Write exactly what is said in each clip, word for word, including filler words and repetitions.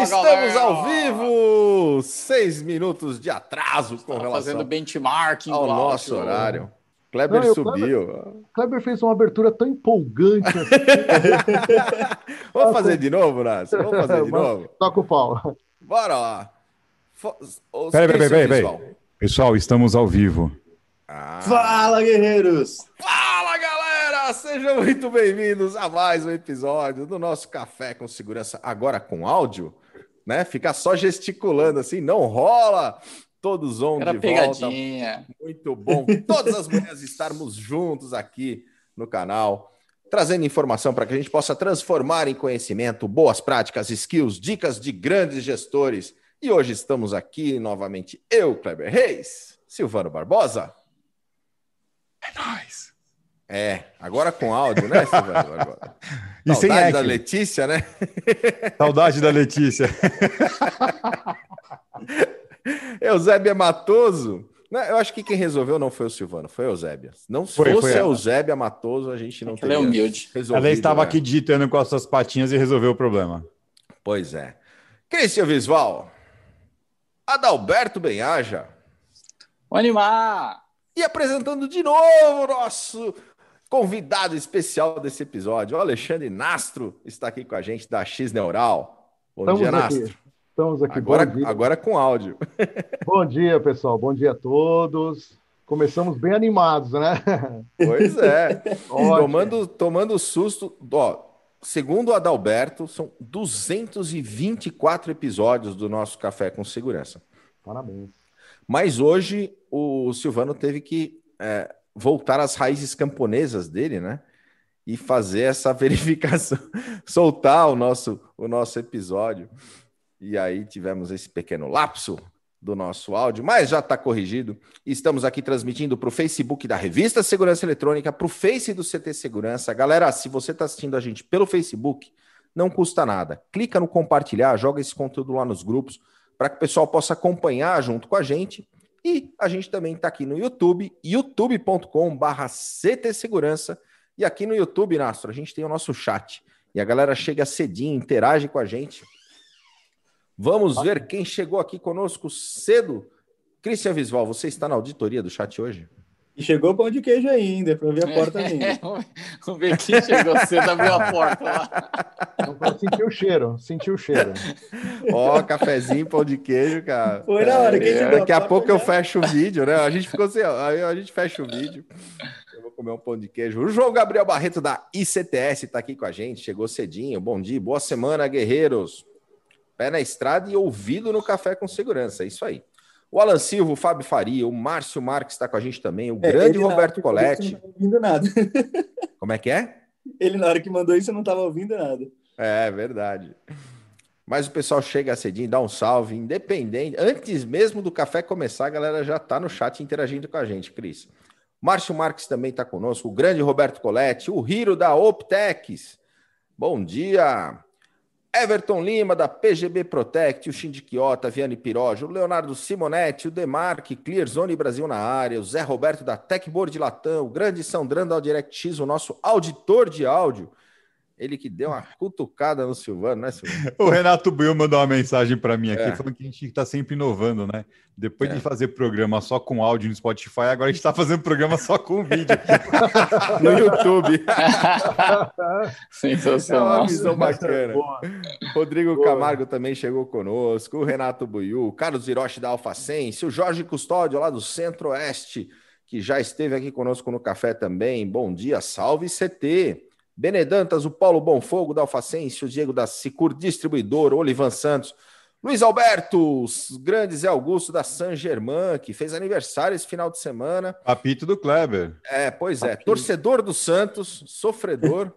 Estamos ao vivo! Seis minutos de atraso com relação fazendo benchmarking ao nosso horário. Kleber Não, subiu. Kleber, Kleber fez uma abertura tão empolgante assim. Vamos fazer de novo, Nácio? Vamos fazer de novo? Toca o pau. Bora lá. Peraí, peraí, peraí, peraí. Pessoal, estamos ao vivo. Ah. Fala, guerreiros! Fala, galera! Sejam muito bem-vindos a mais um episódio do nosso Café com Segurança, agora com áudio, né? Ficar só gesticulando assim, não rola! Todos on de pegadinha. Volta. Muito bom. Todas as manhãs estarmos juntos aqui no canal, trazendo informação para que a gente possa transformar em conhecimento, boas práticas, skills, dicas de grandes gestores. E hoje estamos aqui novamente, eu, Kleber Reis, Silvano Barbosa. É nóis. É, agora com áudio, né, Silvano? Agora. E Saudade sem da Letícia, né? Saudade da Letícia. Eusébia Matoso. Eu acho que quem resolveu não foi o Silvano, foi a Eusébia. Não se foi, fosse foi a Eusébia Matoso, a gente não teria Ela é humilde. resolvido. Ela estava né? aqui digitando com as suas patinhas e resolveu o problema. Pois é. Cristian Visval. Adalberto Benhaja. O animar! E apresentando de novo o nosso convidado especial desse episódio, o Alexandre Nastro, está aqui com a gente da X Neural. Bom Estamos dia, aqui. Nastro. Estamos aqui. Agora, Bom dia. agora com áudio. Bom dia, pessoal. Bom dia a todos. Começamos bem animados, né? Pois é. tomando, tomando susto. Ó, segundo o Adalberto, são duzentos e vinte e quatro episódios do nosso Café com Segurança. Parabéns. Mas hoje o Silvano teve que é, voltar às raízes camponesas dele, né? E fazer essa verificação, soltar o nosso, o nosso episódio. E aí tivemos esse pequeno lapso do nosso áudio, mas já está corrigido. Estamos aqui transmitindo para o Facebook da Revista Segurança Eletrônica, para o Face do C T Segurança. Galera, se você está assistindo a gente pelo Facebook, não custa nada. Clica no compartilhar, joga esse conteúdo lá nos grupos, para que o pessoal possa acompanhar junto com a gente. E a gente também está aqui no YouTube, youtube ponto com barra C T Segurança. E aqui no YouTube, Nastro, a gente tem o nosso chat. E a galera chega cedinho, interage com a gente. Vamos ver quem chegou aqui conosco cedo. Cristian Visval, você está na auditoria do chat hoje? E chegou pão de queijo ainda, para ver a porta ainda. É, vamos ver quem chegou cedo, abriu a porta lá. Sentiu o cheiro, sentiu o cheiro. Ó, cafezinho, pão de queijo, cara. Foi na hora. Quem é, daqui a pouco já... eu fecho o vídeo, né? A gente ficou assim, ó, aí a gente fecha o vídeo. Eu vou comer um pão de queijo. O João Gabriel Barreto da I C T S está aqui com a gente, chegou cedinho. Bom dia, boa semana, guerreiros. Pé na estrada e ouvido no Café com Segurança, é isso aí. O Alan Silva, o Fábio Faria, o Márcio Marques está com a gente também, o é, grande Roberto Coletti. Não estava ouvindo nada. Como é que é? Ele, na hora que mandou isso, não estava ouvindo nada. É, verdade. Mas o pessoal chega cedinho, dá um salve, independente. Antes mesmo do café começar, a galera já está no chat interagindo com a gente, Cris. Márcio Marques também está conosco, o grande Roberto Coletti, o Hiro da Optex. Bom dia. Everton Lima, da P G B Protect, o Shinji Quiota, Viane Piroja, o Leonardo Simonetti, o Demarque, Clearzone Brasil na área, o Zé Roberto da Techboard Latam, o grande Sandrando da DirectX, o nosso auditor de áudio, ele que deu uma cutucada no Silvano, né, Silvano? O Renato Buiu mandou uma mensagem para mim aqui, é. falando que a gente está sempre inovando, né? Depois é. de fazer programa só com áudio no Spotify, agora a gente está fazendo programa só com vídeo no YouTube. Sensacional. É uma visão bacana. Boa. Rodrigo Boa. Camargo também chegou conosco, o Renato Buiu, o Carlos Hiroshi da Alfacense, o Jorge Custódio lá do Centro-Oeste, que já esteve aqui conosco no café também. Bom dia, salve C T. Benedantas, o Paulo Bonfogo da Alfacense, o Diego da Sicur Distribuidor, o Olivan Santos, Luiz Alberto, os grandes Zé Augusto da San Germain, que fez aniversário esse final de semana. Papito do Kleber. É, pois é, Papito. Torcedor do Santos, sofredor.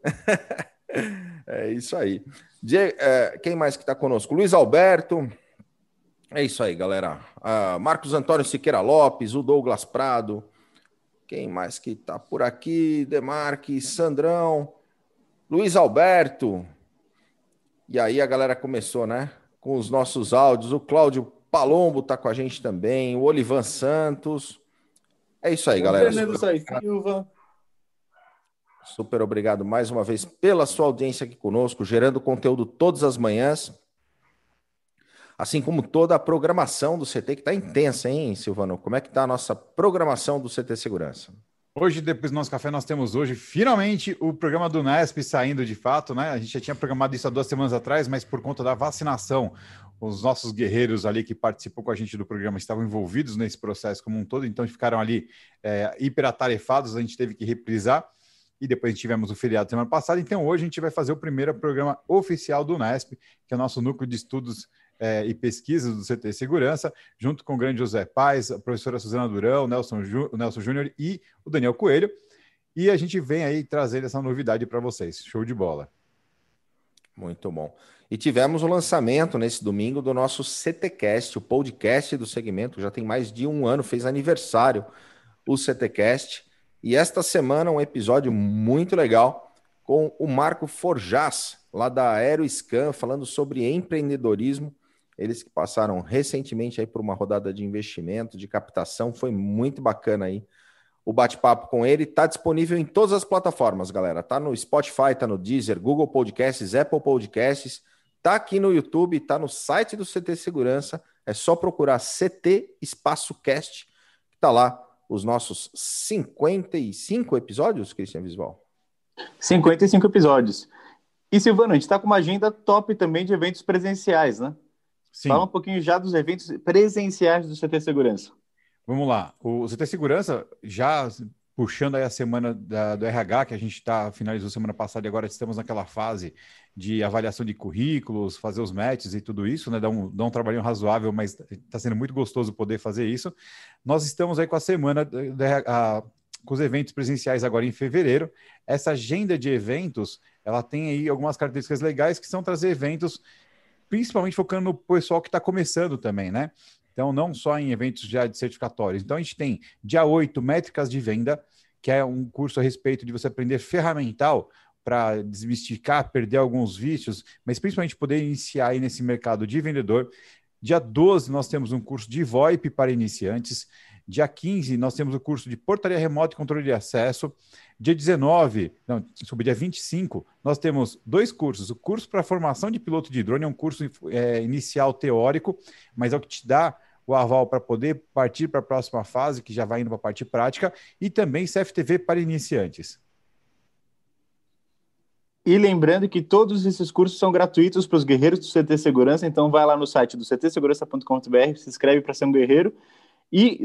É isso aí. Die- é, quem mais que está conosco? Luiz Alberto. É isso aí, galera. Ah, Marcos Antônio Siqueira Lopes, o Douglas Prado. Quem mais que tá por aqui? Demarque, Sandrão, Luiz Alberto. E aí a galera começou, né? Com os nossos áudios. O Cláudio Palombo tá com a gente também. O Olivan Santos. É isso aí, galera. Fernando Sainz Silva. Super obrigado mais uma vez pela sua audiência aqui conosco, gerando conteúdo todas as manhãs. assim como toda a programação do C T, que está intensa, hein, Silvano? Como é que está a nossa programação do C T Segurança? Hoje, depois do nosso café, nós temos hoje, finalmente, o programa do Nesp saindo de fato, né? A gente já tinha programado isso há duas semanas atrás, mas por conta da vacinação, os nossos guerreiros ali que participam com a gente do programa estavam envolvidos nesse processo como um todo, então ficaram ali é, hiperatarefados, a gente teve que reprisar, e depois tivemos o feriado semana passada, então hoje a gente vai fazer o primeiro programa oficial do Nesp, que é o nosso núcleo de estudos É, e pesquisas do C T Segurança, junto com o grande José Paes, a professora Suzana Durão, o Nelson, Jú, o Nelson Júnior e o Daniel Coelho. E a gente vem aí trazendo essa novidade para vocês. Show de bola. Muito bom. E tivemos o lançamento nesse domingo do nosso CTcast, o podcast do segmento, já tem mais de um ano, fez aniversário o CTcast. E esta semana um episódio muito legal com o Marco Forjás, lá da Aeroscan, falando sobre empreendedorismo. Eles que passaram recentemente aí por uma rodada de investimento, de captação, foi muito bacana aí o bate-papo com ele. Está disponível em todas as plataformas, galera. Está no Spotify, está no Deezer, Google Podcasts, Apple Podcasts, está aqui no YouTube, está no site do C T Segurança. É só procurar C T Espaço Cast, que está lá os nossos cinquenta e cinco episódios, Cristian Visual. cinquenta e cinco episódios. E, Silvano, a gente está com uma agenda top também de eventos presenciais, né? Sim. Fala um pouquinho já dos eventos presenciais do C T Segurança. Vamos lá. O C T Segurança, já puxando aí a semana da, do R H, que a gente está finalizou semana passada e agora estamos naquela fase de avaliação de currículos, fazer os matches e tudo isso, né? Dá um, dá um trabalhinho razoável, mas está sendo muito gostoso poder fazer isso. Nós estamos aí com a semana do R H, com os eventos presenciais agora em fevereiro. Essa agenda de eventos, ela tem aí algumas características legais, que são trazer eventos principalmente focando no pessoal que está começando também, né? Então, não só em eventos já de certificatórios. Então, a gente tem dia oito, Métricas de Venda, que é um curso a respeito de você aprender ferramental para desmistificar, perder alguns vícios, mas principalmente poder iniciar aí nesse mercado de vendedor. Dia doze, nós temos um curso de VoIP para iniciantes. Dia quinze, nós temos o curso de Portaria Remota e Controle de Acesso. Dia dezenove, não, sobre dia vinte e cinco, nós temos dois cursos. O curso para formação de piloto de drone é um curso é, inicial teórico, mas é o que te dá o aval para poder partir para a próxima fase, que já vai indo para a parte prática, e também C F T V para iniciantes. E lembrando que todos esses cursos são gratuitos para os guerreiros do C T Segurança, então vai lá no site do c t segurança ponto com ponto b r, se inscreve para ser um guerreiro. E,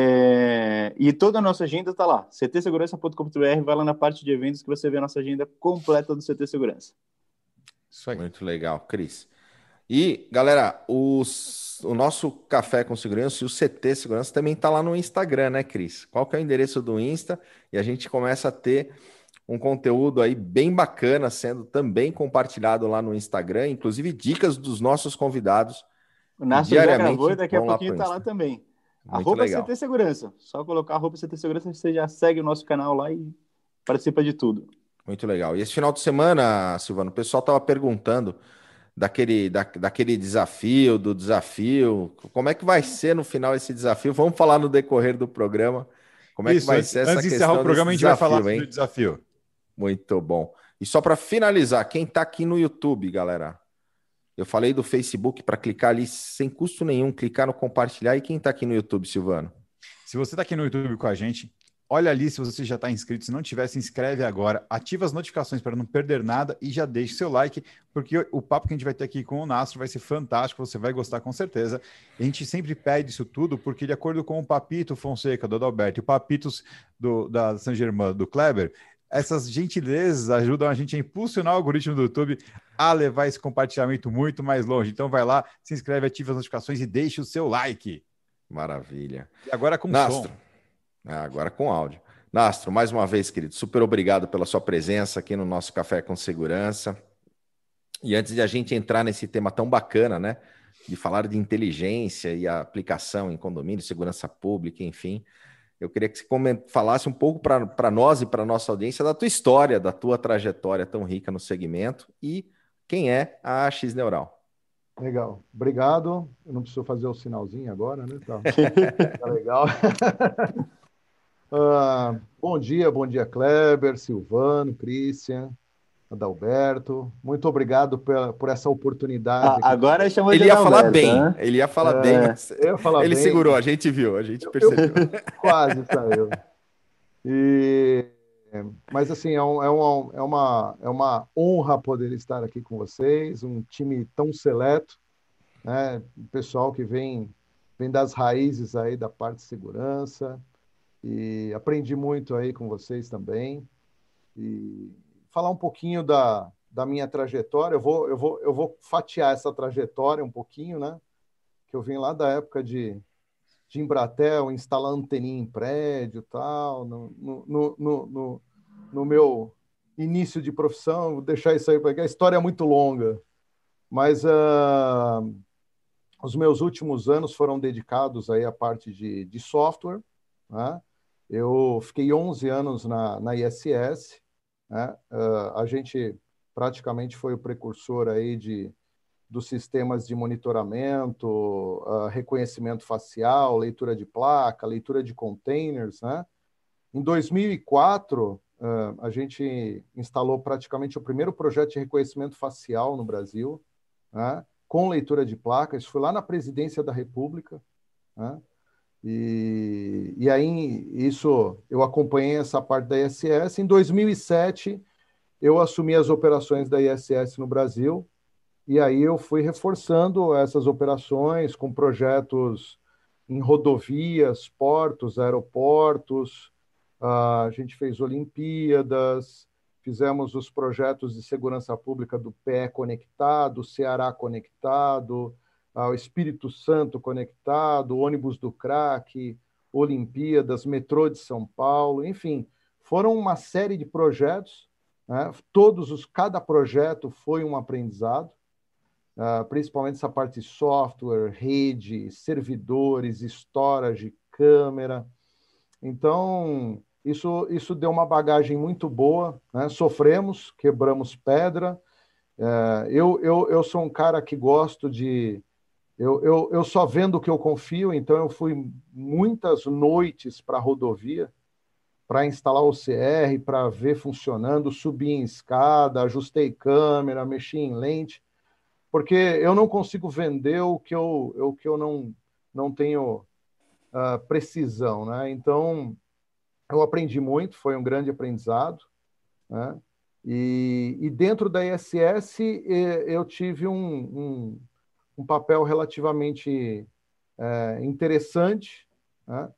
é, e toda a nossa agenda está lá, c t segurança ponto com ponto b r, vai lá na parte de eventos que você vê a nossa agenda completa do C T Segurança. Isso aí. Muito legal, Cris. E, galera, os, o nosso Café com Segurança e o C T Segurança também está lá no Instagram, né, Cris? Qual que é o endereço do Insta? E a gente começa a ter um conteúdo aí bem bacana sendo também compartilhado lá no Instagram, inclusive dicas dos nossos convidados. O Nácio já gravou e daqui a pouquinho está lá também. Muito arroba legal. C T Segurança. Só colocar arroba C T Segurança, você já segue o nosso canal lá e participa de tudo. Muito legal. E esse final de semana, Silvano, o pessoal estava perguntando daquele, da, daquele desafio, do desafio. Como é que vai ser no final esse desafio? Vamos falar no decorrer do programa. Como é Isso, que vai antes, ser essa antes de questão encerrar o programa, a gente desafio, vai falar hein? sobre o desafio. Muito bom. E só para finalizar, quem está aqui no YouTube, galera, eu falei do Facebook para clicar ali sem custo nenhum, clicar no compartilhar. E quem está aqui no YouTube, Silvano? Se você está aqui no YouTube com a gente, olha ali se você já está inscrito. Se não tiver, se inscreve agora. Ativa as notificações para não perder nada e já deixe seu like, porque o papo que a gente vai ter aqui com o Nastro vai ser fantástico, você vai gostar com certeza. A gente sempre pede isso tudo, porque de acordo com o Papito Fonseca, do Adalberto, e o Papitos do, da San Germain, do Kleber, essas gentilezas ajudam a gente a impulsionar o algoritmo do YouTube a levar esse compartilhamento muito mais longe. Então vai lá, se inscreve, ativa as notificações e deixe o seu like. Maravilha. E agora com Nastro. som. Ah, agora com áudio. Nastro, mais uma vez, querido, super obrigado pela sua presença aqui no nosso Café com Segurança. E antes de a gente entrar nesse tema tão bacana, né, de falar de inteligência e a aplicação em condomínio, segurança pública, enfim, eu queria que você falasse um pouco para nós e para a nossa audiência da tua história, da tua trajetória tão rica no segmento e quem é a X-Neural. Legal, obrigado. Eu não preciso fazer o sinalzinho agora, né? Tá, tá legal. uh, bom dia, bom dia, Kleber, Silvano, Christian, a Adalberto. Muito obrigado por, por essa oportunidade. Ah, agora chamou de Ele ia falar Adalberto, bem, né? ele ia falar É, bem, mas Eu ia falar ele bem. segurou, a gente viu, a gente Eu, percebeu. quase saiu. E, mas assim, é, um, é, uma, é, uma, é uma honra poder estar aqui com vocês, um time tão seleto, né? Um pessoal que vem, vem das raízes aí da parte de segurança, e aprendi muito aí com vocês também. E falar um pouquinho da, da minha trajetória, eu vou, eu, vou, eu vou fatiar essa trajetória um pouquinho, né? Que eu vim lá da época de de Embratel, instalar anteninha em prédio, tal, no, no, no, no, no meu início de profissão, vou deixar isso aí, porque a história é muito longa, mas uh, os meus últimos anos foram dedicados aí à parte de, de software, né? Eu fiquei onze anos na, na I S S, né? Uh, a gente praticamente foi o precursor aí de dos sistemas de monitoramento, uh, reconhecimento facial, leitura de placa, leitura de containers, né? Em dois mil e quatro, uh, a gente instalou praticamente o primeiro projeto de reconhecimento facial no Brasil, né? Com leitura de placa. Isso foi lá na Presidência da República, né? E, e aí, isso, eu acompanhei essa parte da I S S. Em dois mil e sete, eu assumi as operações da I S S no Brasil. E aí eu fui reforçando essas operações com projetos em rodovias, portos, aeroportos. Uh, a gente fez Olimpíadas, fizemos os projetos de segurança pública do P E conectado, Ceará conectado, uh, o Espírito Santo conectado, ônibus do crack, Olimpíadas, metrô de São Paulo, enfim, foram uma série de projetos, né? Todos os, cada projeto foi um aprendizado. Uh, principalmente essa parte de software, rede, servidores, storage, câmera. Então, isso, isso deu uma bagagem muito boa, né? Sofremos, quebramos pedra. Uh, eu, eu, eu sou um cara que gosto de... Eu, eu, eu só vendo o que eu confio, então eu fui muitas noites para a rodovia, para instalar o C R, para ver funcionando, subi em escada, ajustei câmera, mexi em lente, porque eu não consigo vender o que eu, o que eu não, não tenho uh, precisão, né? Então, eu aprendi muito, foi um grande aprendizado, né? E, e dentro da I S S, eu tive um, um, um papel relativamente é, interessante, né?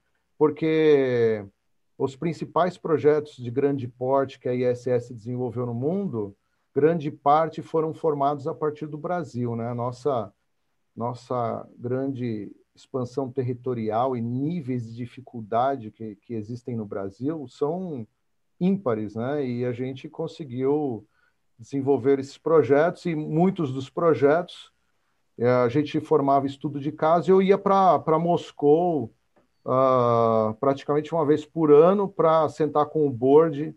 Porque os principais projetos de grande porte que a I S S desenvolveu no mundo, grande parte foram formados a partir do Brasil, né? Nossa, nossa grande expansão territorial e níveis de dificuldade que, que existem no Brasil são ímpares, né? E a gente conseguiu desenvolver esses projetos, e muitos dos projetos a gente formava estudo de caso e eu ia para Moscou uh, praticamente uma vez por ano para sentar com o board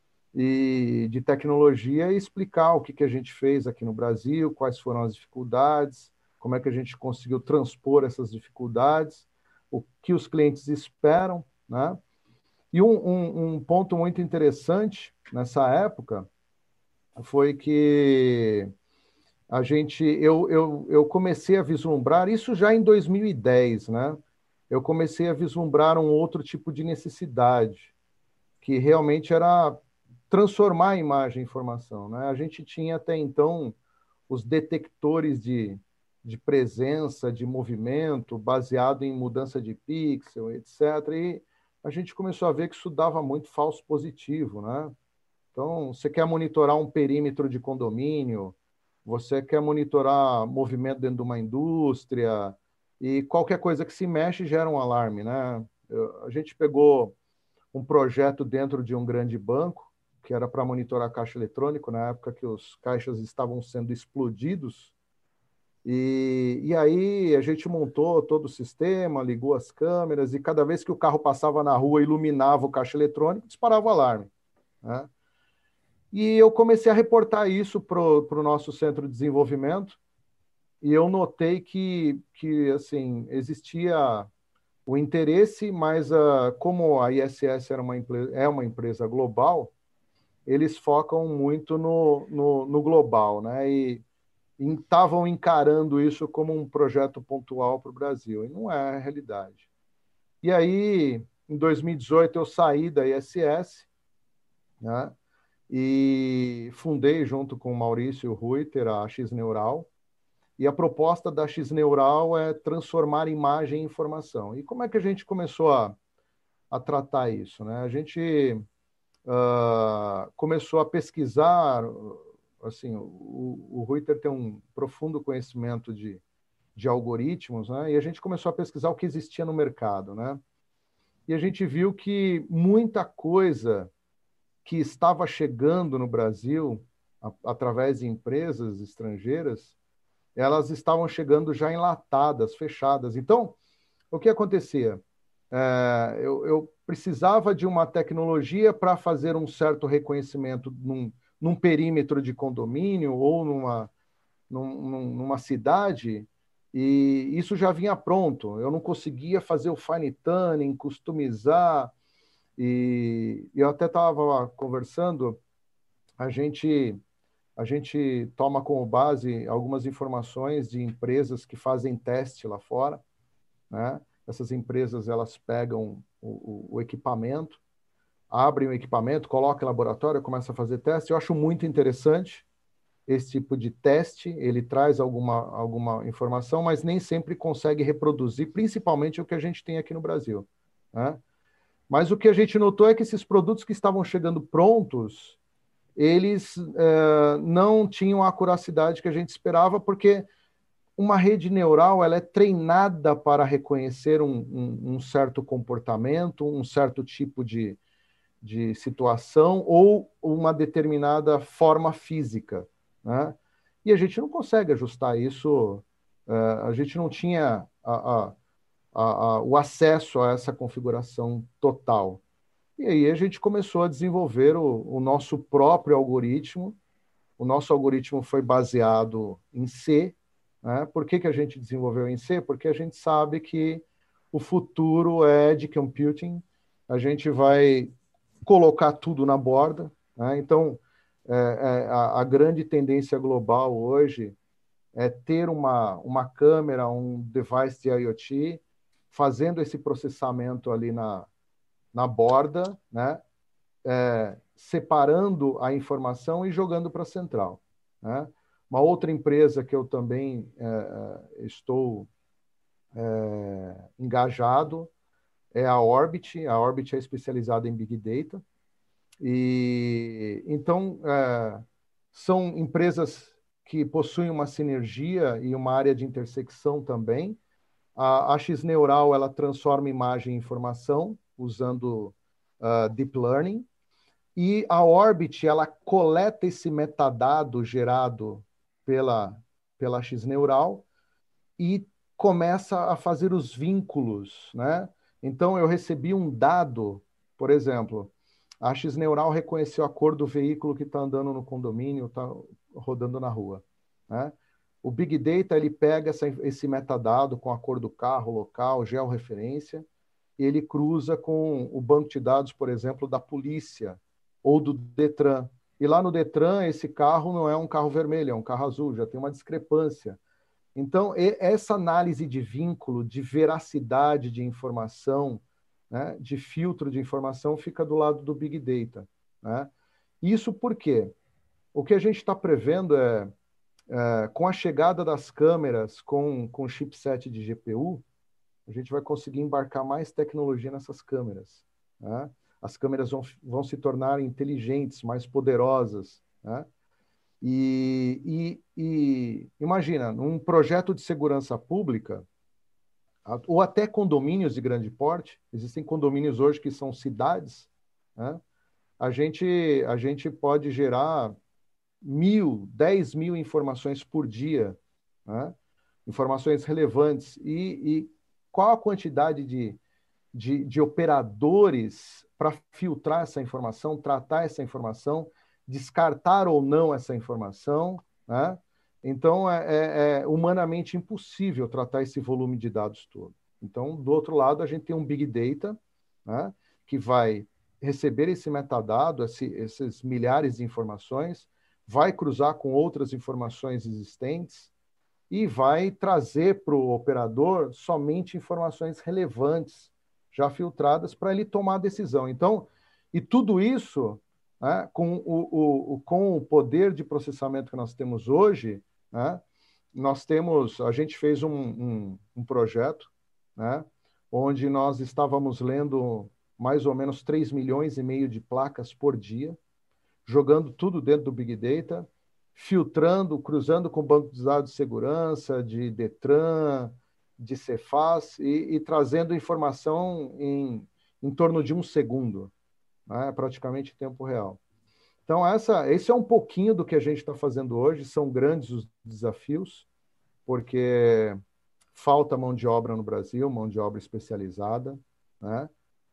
e de tecnologia e explicar o que, que a gente fez aqui no Brasil, quais foram as dificuldades, como é que a gente conseguiu transpor essas dificuldades, o que os clientes esperam, né? E um, um, um ponto muito interessante nessa época foi que a gente, eu, eu, eu comecei a vislumbrar, isso já em dois mil e dez, né? Eu comecei a vislumbrar um outro tipo de necessidade, que realmente era transformar a imagem em informação, né? A gente tinha até então os detectores de, de presença, de movimento, baseado em mudança de pixel, etcétera. E a gente começou a ver que isso dava muito falso positivo, né? Então, você quer monitorar um perímetro de condomínio, você quer monitorar movimento dentro de uma indústria, e qualquer coisa que se mexe gera um alarme, né? Eu, a gente pegou um projeto dentro de um grande banco, que era para monitorar caixa eletrônico, na época que os caixas estavam sendo explodidos, e, e aí a gente montou todo o sistema, ligou as câmeras, e cada vez que o carro passava na rua, iluminava o caixa eletrônico, disparava o alarme, né? E eu comecei a reportar isso para o nosso centro de desenvolvimento, e eu notei que, que assim, existia o interesse, mas uh, como a I S S era uma, é uma empresa global, eles focam muito no, no, no global, né? E estavam encarando isso como um projeto pontual para o Brasil, e não é a realidade. E aí, em dois mil e dezoito, eu saí da I S S, né? E fundei, junto com o Maurício Ruiter, a X-Neural. E a proposta da X-Neural é transformar imagem em informação. E como é que a gente começou a, a tratar isso, né? A gente uh, começou a pesquisar, assim, o, o Ruiter tem um profundo conhecimento de, de algoritmos, né? E a gente começou a pesquisar o que existia no mercado, né? E a gente viu que muita coisa que estava chegando no Brasil, a, através de empresas estrangeiras, elas estavam chegando já enlatadas, fechadas. Então, o que acontecia? É, eu, eu precisava de uma tecnologia para fazer um certo reconhecimento num, num perímetro de condomínio ou numa, num, numa cidade, e isso já vinha pronto. Eu não conseguia fazer o fine tuning, customizar, e eu até estava conversando, a gente, a gente toma como base algumas informações de empresas que fazem teste lá fora, né? Essas empresas, elas pegam o, o, o equipamento, abrem o equipamento, colocam em laboratório, começam a fazer teste. Eu acho muito interessante esse tipo de teste, ele traz alguma, alguma informação, mas nem sempre consegue reproduzir, principalmente o que a gente tem aqui no Brasil, né? Mas o que a gente notou é que esses produtos que estavam chegando prontos, eles eh, não tinham a acuracidade que a gente esperava, porque uma rede neural, ela é treinada para reconhecer um, um, um certo comportamento, um certo tipo de, de situação ou uma determinada forma física, né? E a gente não consegue ajustar isso, uh, a gente não tinha a, a, a, a, o acesso a essa configuração total. E aí a gente começou a desenvolver o, o nosso próprio algoritmo. O nosso algoritmo foi baseado em C, né? Por que que a gente desenvolveu em C? Porque a gente sabe que o futuro é de computing, a gente vai colocar tudo na borda, né? Então, é, é, a, a grande tendência global hoje é ter uma, uma câmera, um device de IoT, fazendo esse processamento ali na, na borda, né? É, separando a informação e jogando para a central, né? Uma outra empresa que eu também é, estou é, engajado é a Orbit. A Orbit é especializada em Big Data. E, então, é, são empresas que possuem uma sinergia e uma área de intersecção também. A, a X-Neural, ela transforma imagem em informação usando uh, Deep Learning. E a Orbit, ela coleta esse metadado gerado pela, pela X-Neural e começa a fazer os vínculos, né? Então, eu recebi um dado, por exemplo, a X-Neural reconheceu a cor do veículo que está andando no condomínio, está rodando na rua, né? O Big Data, ele pega essa, esse metadado com a cor do carro, local, georreferência, e ele cruza com o banco de dados, por exemplo, da polícia, ou do Detran. E lá no Detran, esse carro não é um carro vermelho, é um carro azul, já tem uma discrepância. Então, essa análise de vínculo, de veracidade de informação, né, de filtro de informação, fica do lado do Big Data, né? Isso por quê? O que a gente está prevendo é, é, com a chegada das câmeras com, com chipset de G P U, a gente vai conseguir embarcar mais tecnologia nessas câmeras, né? As câmeras vão, vão se tornar inteligentes, mais poderosas, né? E, e, e imagina, num projeto de segurança pública, ou até condomínios de grande porte, existem condomínios hoje que são cidades, né? A gente, a gente pode gerar mil, dez mil informações por dia, né? Informações relevantes. E, e qual a quantidade de, de, de operadores para filtrar essa informação, tratar essa informação, descartar ou não essa informação, né? Então, é, é, é humanamente impossível tratar esse volume de dados todo. Então, do outro lado, a gente tem um Big Data, né, que vai receber esse metadado, esse, esses milhares de informações, vai cruzar com outras informações existentes e vai trazer para o operador somente informações relevantes, já filtradas, para ele tomar a decisão. Então, e tudo isso, né, com, o, o, com o poder de processamento que nós temos hoje, né, nós temos, a gente fez um, um, um projeto, né, onde nós estávamos lendo mais ou menos três milhões e meio de placas por dia, jogando tudo dentro do Big Data, filtrando, cruzando com o banco de dados de segurança, de Detran, de Cefaz, e, e trazendo informação em, em torno de um segundo, né, praticamente em tempo real. Então, essa, esse é um pouquinho do que a gente está fazendo hoje, são grandes os desafios, porque falta mão de obra no Brasil, mão de obra especializada, né?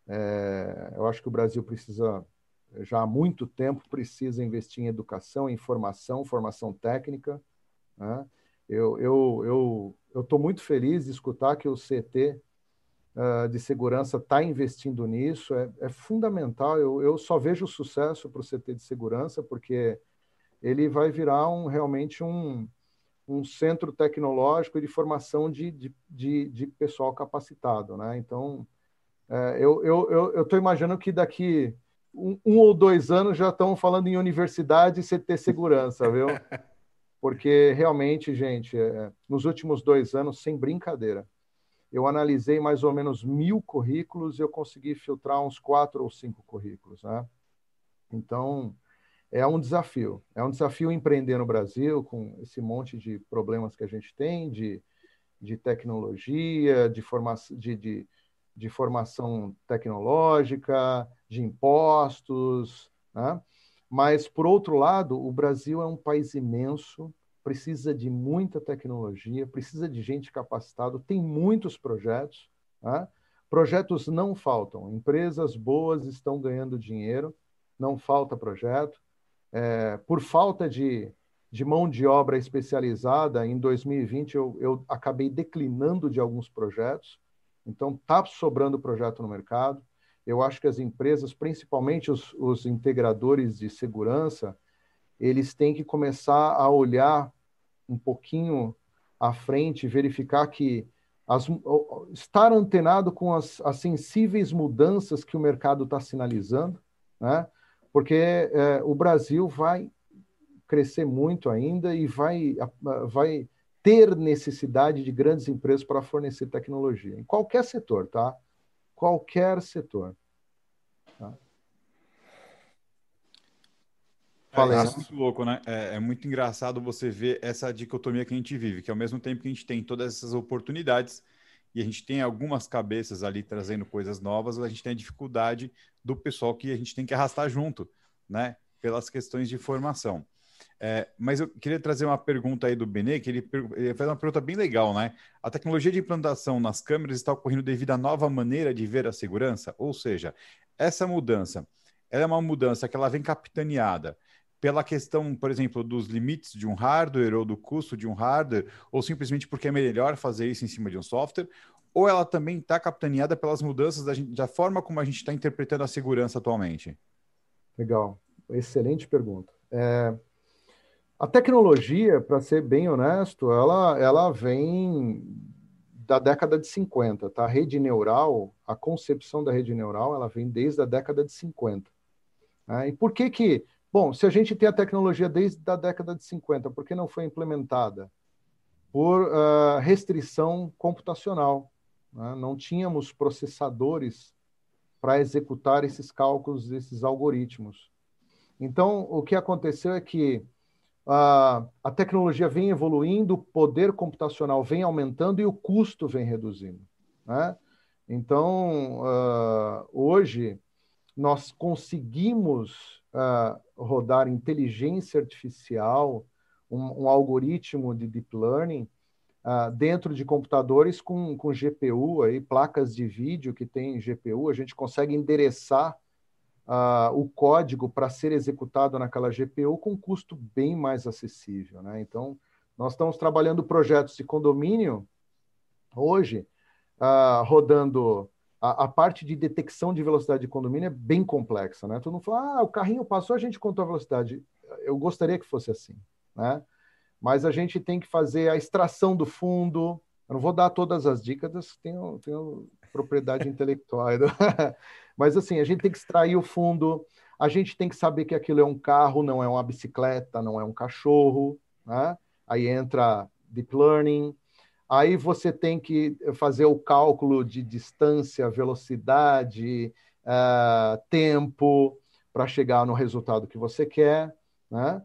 É, eu acho que o Brasil precisa, já há muito tempo, precisa investir em educação, em formação, formação técnica, né? Eu eu eu eu estou muito feliz de escutar que o C T uh, de segurança está investindo nisso, é, é fundamental. Eu, eu só vejo sucesso para o C T de segurança, porque ele vai virar um, realmente um, um centro tecnológico e de formação de, de, de, de pessoal capacitado, né? Então, é, eu eu estou imaginando que daqui um, um ou dois anos já estão falando em universidade e C T segurança, viu? Porque realmente, gente, é, nos últimos dois anos, sem brincadeira, eu analisei mais ou menos mil currículos e eu consegui filtrar uns quatro ou cinco currículos, né? Então, é um desafio. É um desafio empreender no Brasil com esse monte de problemas que a gente tem, de, de tecnologia, de, forma, de, de, de formação tecnológica, de impostos, né? Mas, por outro lado, o Brasil é um país imenso, precisa de muita tecnologia, precisa de gente capacitada, tem muitos projetos, né? Projetos não faltam, empresas boas estão ganhando dinheiro, não falta projeto. É, por falta de, de mão de obra especializada, em dois mil e vinte eu, eu acabei declinando de alguns projetos, então está sobrando projeto no mercado. Eu acho que as empresas, principalmente os, os integradores de segurança, eles têm que começar a olhar um pouquinho à frente, verificar que as, estar antenado com as, as sensíveis mudanças que o mercado está sinalizando, né? Porque é, o Brasil vai crescer muito ainda e vai, vai ter necessidade de grandes empresas para fornecer tecnologia, em qualquer setor, tá? Qualquer setor. Tá? É, isso é muito louco, né? É, é muito engraçado você ver essa dicotomia que a gente vive, que ao mesmo tempo que a gente tem todas essas oportunidades e a gente tem algumas cabeças ali trazendo coisas novas, a gente tem a dificuldade do pessoal que a gente tem que arrastar junto, né? Pelas questões de formação. É, mas eu queria trazer uma pergunta aí do Benê, que ele, ele fez uma pergunta bem legal, né? A tecnologia de implantação nas câmeras está ocorrendo devido à nova maneira de ver a segurança? Ou seja, essa mudança, ela é uma mudança que ela vem capitaneada pela questão, por exemplo, dos limites de um hardware ou do custo de um hardware, ou simplesmente porque é melhor fazer isso em cima de um software, ou ela também está capitaneada pelas mudanças da, gente, da forma como a gente está interpretando a segurança atualmente? Legal, excelente pergunta. É, a tecnologia, para ser bem honesto, ela, ela vem da década de cinquenta, tá? A rede neural, a concepção da rede neural, ela vem desde a década de cinquenta. Né? E por que que... Bom, se a gente tem a tecnologia desde a década de cinquenta, por que não foi implementada? Por uh, restrição computacional. Né? Não tínhamos processadores para executar esses cálculos, esses algoritmos. Então, o que aconteceu é que uh, a tecnologia vem evoluindo, o poder computacional vem aumentando e o custo vem reduzindo. Né? Então, uh, hoje, nós conseguimos uh, rodar inteligência artificial, um, um algoritmo de deep learning, uh, dentro de computadores com, com G P U, aí, placas de vídeo que tem G P U, a gente consegue endereçar uh, o código para ser executado naquela G P U com um custo bem mais acessível. Né? Então, nós estamos trabalhando projetos de condomínio hoje, uh, rodando a, a parte de detecção de velocidade de condomínio é bem complexa, né? Todo mundo fala, ah, o carrinho passou, a gente contou a velocidade. Eu gostaria que fosse assim, né? Mas a gente tem que fazer a extração do fundo. Eu não vou dar todas as dicas, tenho, tenho propriedade intelectual. Mas assim, a gente tem que extrair o fundo, a gente tem que saber que aquilo é um carro, não é uma bicicleta, não é um cachorro, né? Aí entra deep learning. Aí você tem que fazer o cálculo de distância, velocidade, uh, tempo, para chegar no resultado que você quer, né?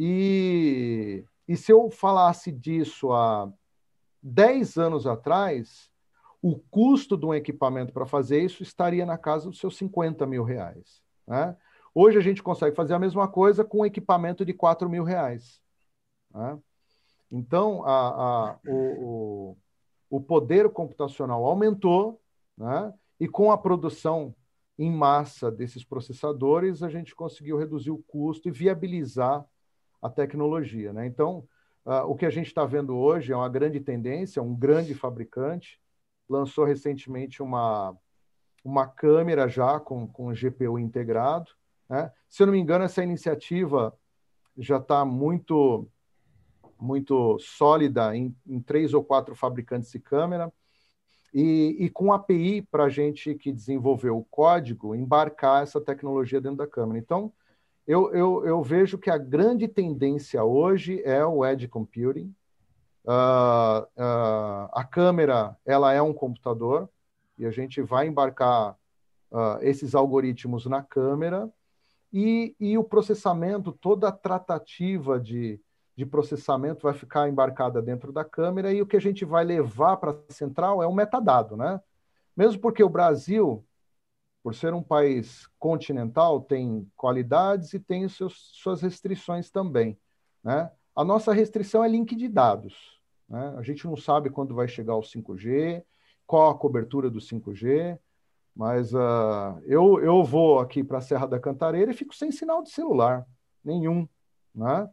E, e se eu falasse disso há dez anos atrás, o custo de um equipamento para fazer isso estaria na casa dos seus cinquenta mil reais, né? Hoje a gente consegue fazer a mesma coisa com um equipamento de quatro mil reais, né? Então, a, a, o, o, o poder computacional aumentou, né? E com a produção em massa desses processadores, a gente conseguiu reduzir o custo e viabilizar a tecnologia, né? Então, uh, o que a gente está vendo hoje é uma grande tendência, um grande fabricante lançou recentemente uma, uma câmera já com, com G P U integrado, né? Se eu não me engano, essa iniciativa já está muito muito sólida em, em três ou quatro fabricantes de câmera, e, e com A P I para a gente que desenvolveu o código, embarcar essa tecnologia dentro da câmera. Então, eu, eu, eu vejo que a grande tendência hoje é o Edge Computing. Uh, uh, a câmera, ela é um computador, e a gente vai embarcar uh, esses algoritmos na câmera, e, e o processamento, toda a tratativa de de processamento vai ficar embarcada dentro da câmera, e o que a gente vai levar para a central é um metadado, né? Mesmo porque o Brasil, por ser um país continental, tem qualidades e tem os seus, suas restrições também, né? A nossa restrição é link de dados, né? A gente não sabe quando vai chegar o cinco G, qual a cobertura do cinco G, mas uh, eu, eu vou aqui para a Serra da Cantareira e fico sem sinal de celular, nenhum, né?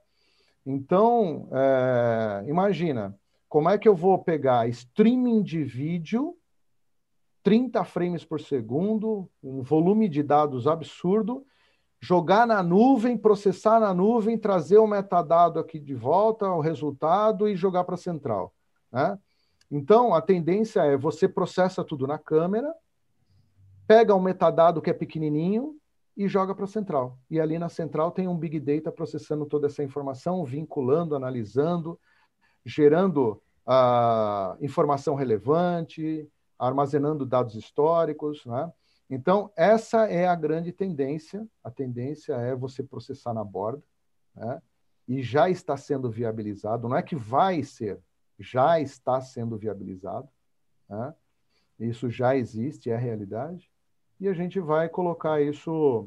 Então, é, imagina, como é que eu vou pegar streaming de vídeo, trinta frames por segundo, um volume de dados absurdo, jogar na nuvem, processar na nuvem, trazer o metadado aqui de volta, o resultado, e jogar para a central, né? Então, a tendência é você processa tudo na câmera, pega um metadado que é pequenininho, e joga para a central. E ali na central tem um Big Data processando toda essa informação, vinculando, analisando, gerando uh, informação relevante, armazenando dados históricos, né? Então, essa é a grande tendência. A tendência é você processar na borda, né? E já está sendo viabilizado. Não é que vai ser, já está sendo viabilizado, né? Isso já existe, é a realidade. E a gente vai colocar isso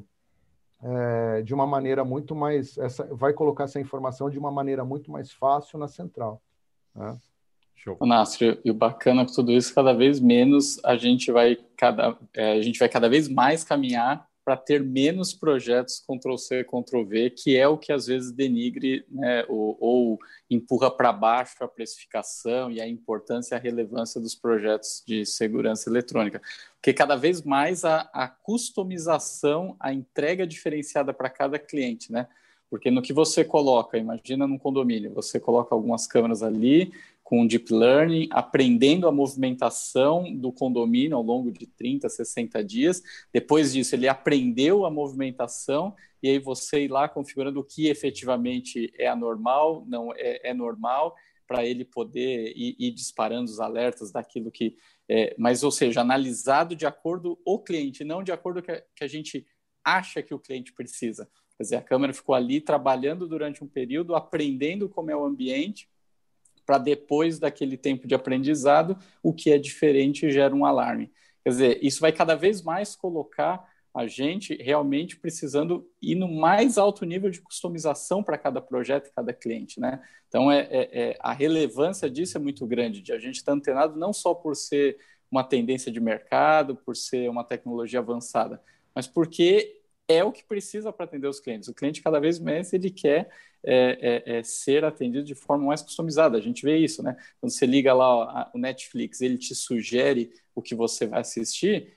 é, de uma maneira muito mais... Essa, vai colocar essa informação de uma maneira muito mais fácil na central, né? Show. Nácio, e o bacana com tudo isso, cada vez menos a gente vai cada, é, a gente vai cada vez mais caminhar para ter menos projetos Ctrl-C, Ctrl-V, que é o que às vezes denigre, né, ou, ou empurra para baixo a precificação e a importância e a relevância dos projetos de segurança eletrônica. Porque cada vez mais a, a customização, a entrega diferenciada para cada cliente, né? Porque no que você coloca, imagina num condomínio, você coloca algumas câmeras ali, com Deep Learning, aprendendo a movimentação do condomínio ao longo de trinta, sessenta dias. Depois disso, ele aprendeu a movimentação, e aí você ir lá configurando o que efetivamente é anormal, não é, é normal, para ele poder ir, ir disparando os alertas daquilo que... É, mas, ou seja, analisado de acordo com o cliente, não de acordo com que, que a gente acha que o cliente precisa. Quer dizer, a câmera ficou ali trabalhando durante um período, aprendendo como é o ambiente, para depois daquele tempo de aprendizado, o que é diferente gera um alarme. Quer dizer, isso vai cada vez mais colocar a gente realmente precisando ir no mais alto nível de customização para cada projeto e cada cliente, né? Então, é, é, é, a relevância disso é muito grande, de a gente estar antenado não só por ser uma tendência de mercado, por ser uma tecnologia avançada, mas porque é o que precisa para atender os clientes. O cliente, cada vez mais, ele quer é, é, é, ser atendido de forma mais customizada. A gente vê isso, né? Quando você liga lá ó, a, o Netflix, ele te sugere o que você vai assistir,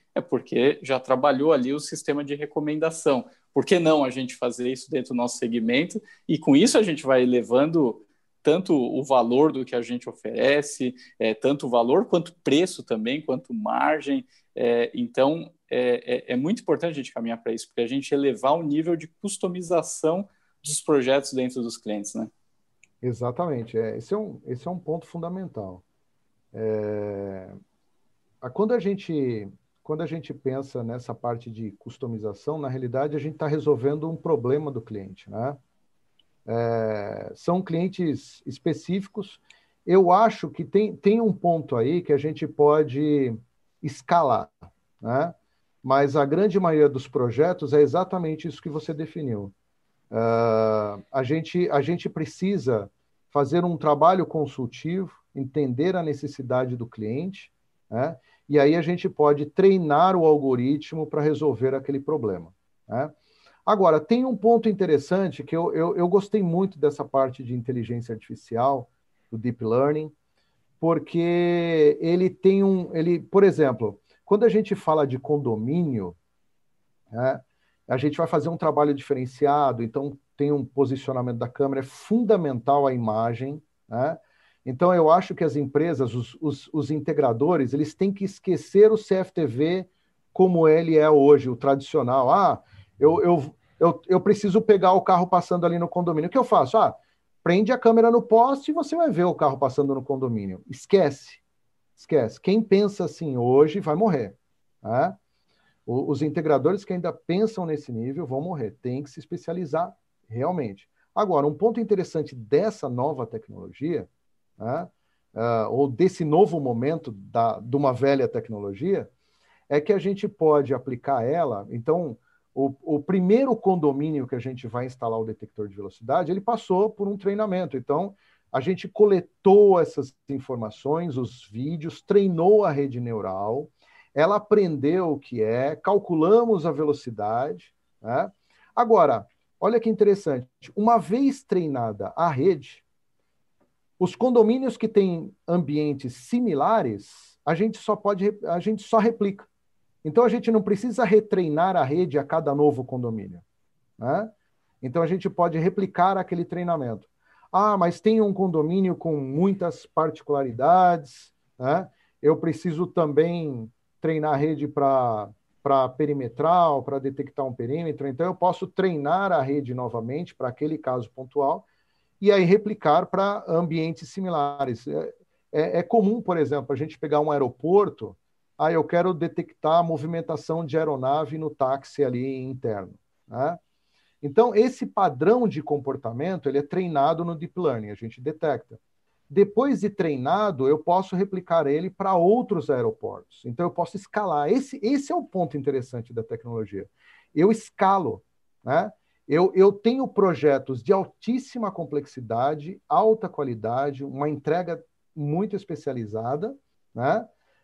É porque já trabalhou ali o sistema de recomendação. Por que não a gente fazer isso dentro do nosso segmento? E com isso a gente vai elevando tanto o valor do que a gente oferece, é, tanto o valor quanto preço também, quanto margem. É, então, é, é, é muito importante a gente caminhar para isso, porque a gente elevar o nível de customização dos projetos dentro dos clientes, né? Exatamente. É, esse, é um, esse é um ponto fundamental. É, quando, a gente, quando a gente pensa nessa parte de customização, na realidade, a gente está resolvendo um problema do cliente, né? É, são clientes específicos. Eu acho que tem, tem um ponto aí que a gente pode escalar, né? Mas a grande maioria dos projetos é exatamente isso que você definiu. Uh, a gente, a gente precisa fazer um trabalho consultivo, entender a necessidade do cliente, né? E aí a gente pode treinar o algoritmo para resolver aquele problema, né? Agora, tem um ponto interessante que eu, eu, eu gostei muito dessa parte de inteligência artificial, do deep learning, porque ele tem um... Ele, por exemplo, quando a gente fala de condomínio, né, a gente vai fazer um trabalho diferenciado, então tem um posicionamento da câmera, é fundamental a imagem, né? Então eu acho que as empresas, os, os, os integradores, eles têm que esquecer o C F T V como ele é hoje, o tradicional. Ah, eu, eu, eu, eu preciso pegar o carro passando ali no condomínio. O que eu faço? Ah, prende a câmera no poste e você vai ver o carro passando no condomínio. Esquece, esquece. Quem pensa assim hoje vai morrer, né? Os integradores que ainda pensam nesse nível vão morrer. Tem que se especializar realmente. Agora, um ponto interessante dessa nova tecnologia, né, uh, ou desse novo momento da, de uma velha tecnologia, é que a gente pode aplicar ela. Então, o, o primeiro condomínio que a gente vai instalar o detector de velocidade, ele passou por um treinamento. Então, a gente coletou essas informações, os vídeos, treinou a rede neural, ela aprendeu o que é, calculamos a velocidade, né? Agora, olha que interessante, uma vez treinada a rede, os condomínios que têm ambientes similares, a gente só pode, a gente só replica. Então, a gente não precisa retreinar a rede a cada novo condomínio, né? Então, a gente pode replicar aquele treinamento. Ah, mas tem um condomínio com muitas particularidades, né? Eu preciso também treinar a rede para perimetral, para detectar um perímetro. Então, eu posso treinar a rede novamente para aquele caso pontual e aí replicar para ambientes similares. É, é, é comum, por exemplo, a gente pegar um aeroporto, ah, eu quero detectar a movimentação de aeronave no táxi ali interno, né? Então, esse padrão de comportamento, ele é treinado no Deep Learning, a gente detecta. Depois de treinado, eu posso replicar ele para outros aeroportos. Então, eu posso escalar. Esse, esse é o ponto interessante da tecnologia. Eu escalo, né? Eu, eu tenho projetos de altíssima complexidade, alta qualidade, uma entrega muito especializada, né?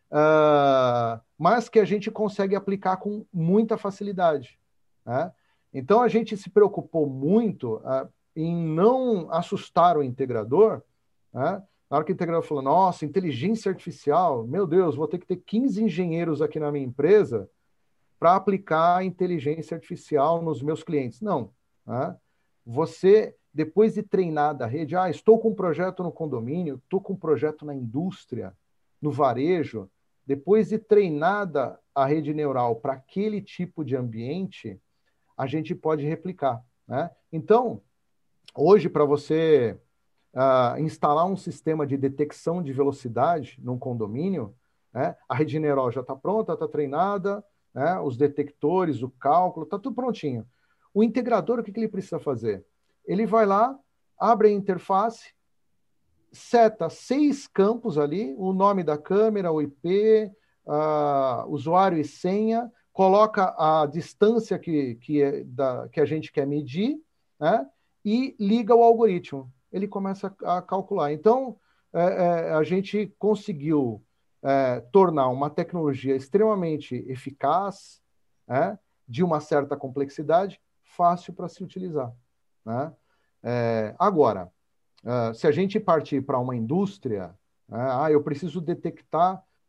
Uh, mas que a gente consegue aplicar com muita facilidade, né? Então, a gente se preocupou muito uh, em não assustar o integrador, né? Na hora que o integrador falou, nossa, inteligência artificial, meu Deus, vou ter que ter quinze engenheiros aqui na minha empresa para aplicar inteligência artificial nos meus clientes. Não, né? Você, depois de treinar da rede, ah, estou com um projeto no condomínio, estou com um projeto na indústria, no varejo, depois de treinada a rede neural para aquele tipo de ambiente, a gente pode replicar, né? Então, hoje, para você uh, instalar um sistema de detecção de velocidade num condomínio, né, a rede neural já está pronta, está treinada, né, os detectores, o cálculo, está tudo prontinho. O integrador, o que, que ele precisa fazer? Ele vai lá, abre a interface, seta seis campos ali, o nome da câmera, o I P, uh, usuário e senha, coloca a distância que, que, é da, que a gente quer medir, né, e liga o algoritmo. Ele começa a, a calcular. Então, é, é, a gente conseguiu é, tornar uma tecnologia extremamente eficaz, é, de uma certa complexidade, fácil para se utilizar, né? É, agora, uh, se a gente partir para uma indústria, né, ah, eu preciso detectar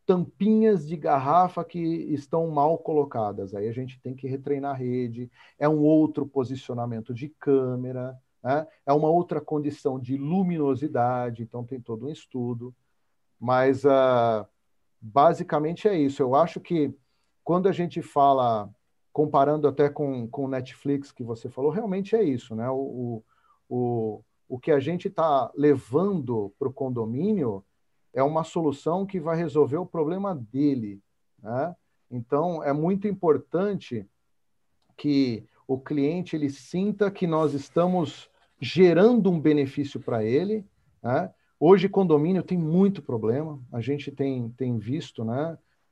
tampinhas de garrafa que estão mal colocadas. Aí a gente tem que retreinar a rede, é um outro posicionamento de câmera, né? É uma outra condição de luminosidade, então tem todo um estudo. Mas uh, basicamente é isso. Eu acho que quando a gente fala, comparando até com o Netflix que você falou, realmente é isso, né? O, o, o que a gente está levando para o condomínio é uma solução que vai resolver o problema dele, né? Então, é muito importante que o cliente ele sinta que nós estamos gerando um benefício para ele, né? Hoje, condomínio tem muito problema, a gente tem, tem visto, né?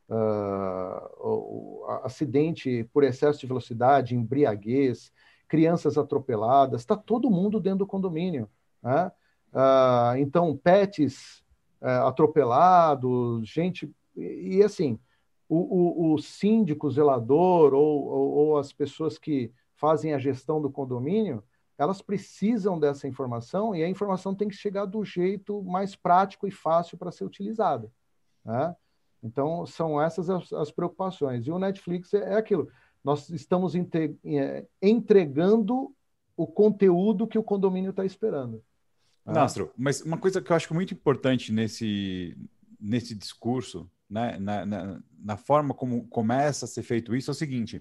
Uh, o, o, acidente por excesso de velocidade, embriaguez, crianças atropeladas, está todo mundo dentro do condomínio, né? Uh, então, pets uh, atropelados, gente... E, e assim, o, o, o síndico, o zelador ou, ou, ou as pessoas que fazem a gestão do condomínio, elas precisam dessa informação e a informação tem que chegar do jeito mais prático e fácil para ser utilizada, né? Então, são essas as, as preocupações. E o Netflix é, é aquilo. Nós estamos inte, é, entregando o conteúdo que o condomínio está esperando. Nastro, mas uma coisa que eu acho muito importante nesse, nesse discurso, né, na, na, na forma como começa a ser feito isso, é o seguinte: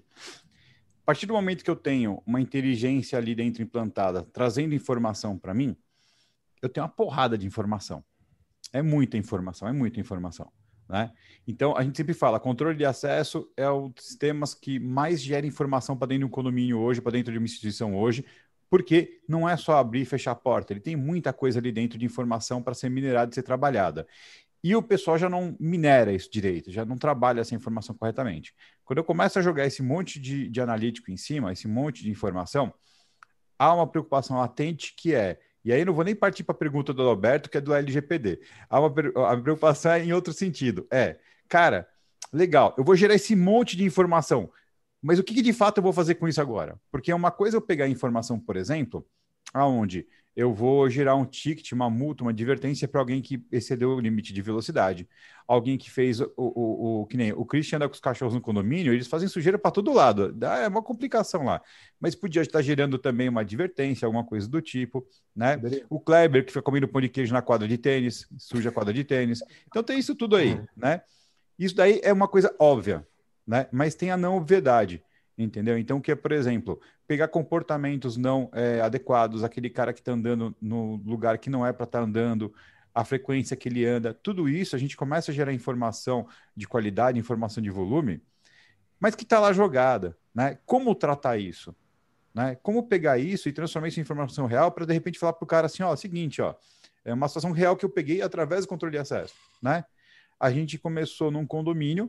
a partir do momento que eu tenho uma inteligência ali dentro implantada, trazendo informação para mim, eu tenho uma porrada de informação. É muita informação, é muita informação, né? Então, a gente sempre fala, controle de acesso é um dos sistemas que mais gera informação para dentro de um condomínio hoje, para dentro de uma instituição hoje, porque não é só abrir e fechar a porta, ele tem muita coisa ali dentro de informação para ser minerada e ser trabalhada. E o pessoal já não minera isso direito, já não trabalha essa informação corretamente. Quando eu começo a jogar esse monte de, de analítico em cima, esse monte de informação, há uma preocupação latente que é, e aí não vou nem partir para a pergunta do Alberto, que é do L G P D. Há uma a preocupação é em outro sentido. É, cara, legal, eu vou gerar esse monte de informação, mas o que, que de fato eu vou fazer com isso agora? Porque é uma coisa eu pegar informação, por exemplo, aonde eu vou gerar um ticket, uma multa, uma advertência para alguém que excedeu o limite de velocidade. Alguém que fez o, o, o que nem o Christian anda com os cachorros no condomínio, eles fazem sujeira para todo lado. É uma complicação lá. Mas podia estar gerando também uma advertência, alguma coisa do tipo, né? O Kleber, que fica comendo pão de queijo na quadra de tênis, suja a quadra de tênis. Então tem isso tudo aí, né? Isso daí é uma coisa óbvia, né? Mas tem a não obviedade. Entendeu? Então, que é, por exemplo, pegar comportamentos não é, adequados, aquele cara que está andando no lugar que não é para estar tá andando, a frequência que ele anda, tudo isso a gente começa a gerar informação de qualidade, informação de volume, mas que está lá jogada, né? Como tratar isso? Né? Como pegar isso e transformar isso em informação real para, de repente, falar para o cara assim, ó, seguinte, ó, é uma situação real que eu peguei através do controle de acesso, né? A gente começou num condomínio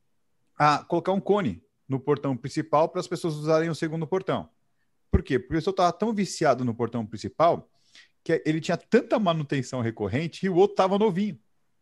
a colocar um cone no portão principal para as pessoas usarem o segundo portão. Por quê? Porque o pessoal estava tão viciado no portão principal que ele tinha tanta manutenção recorrente e o outro estava novinho,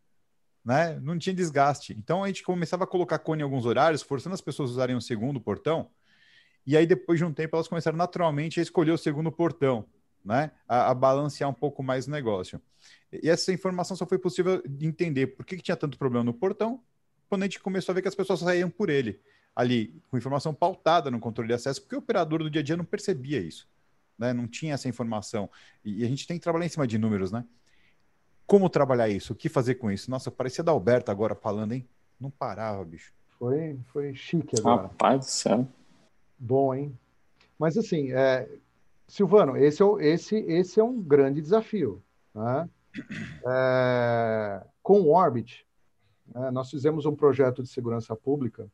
né? Não tinha desgaste. Então a gente começava a colocar cone em alguns horários, forçando as pessoas a usarem o segundo portão, e aí depois de um tempo elas começaram naturalmente a escolher o segundo portão, né? A, a balancear um pouco mais o negócio. E essa informação só foi possível de entender por que, que tinha tanto problema no portão, quando a gente começou a ver que as pessoas saíam por ele, ali, com informação pautada no controle de acesso, porque o operador do dia a dia não percebia isso, né? Não tinha essa informação. E a gente tem que trabalhar em cima de números, né? Como trabalhar isso? O que fazer com isso? Nossa, parecia da Alberto agora falando, hein? Não parava, bicho. Foi, foi chique agora. Rapaz do céu. Bom, hein? Mas assim, é... Silvano, esse é, o, esse, esse é um grande desafio, né? É... Com o Orbit, né, nós fizemos um projeto de segurança pública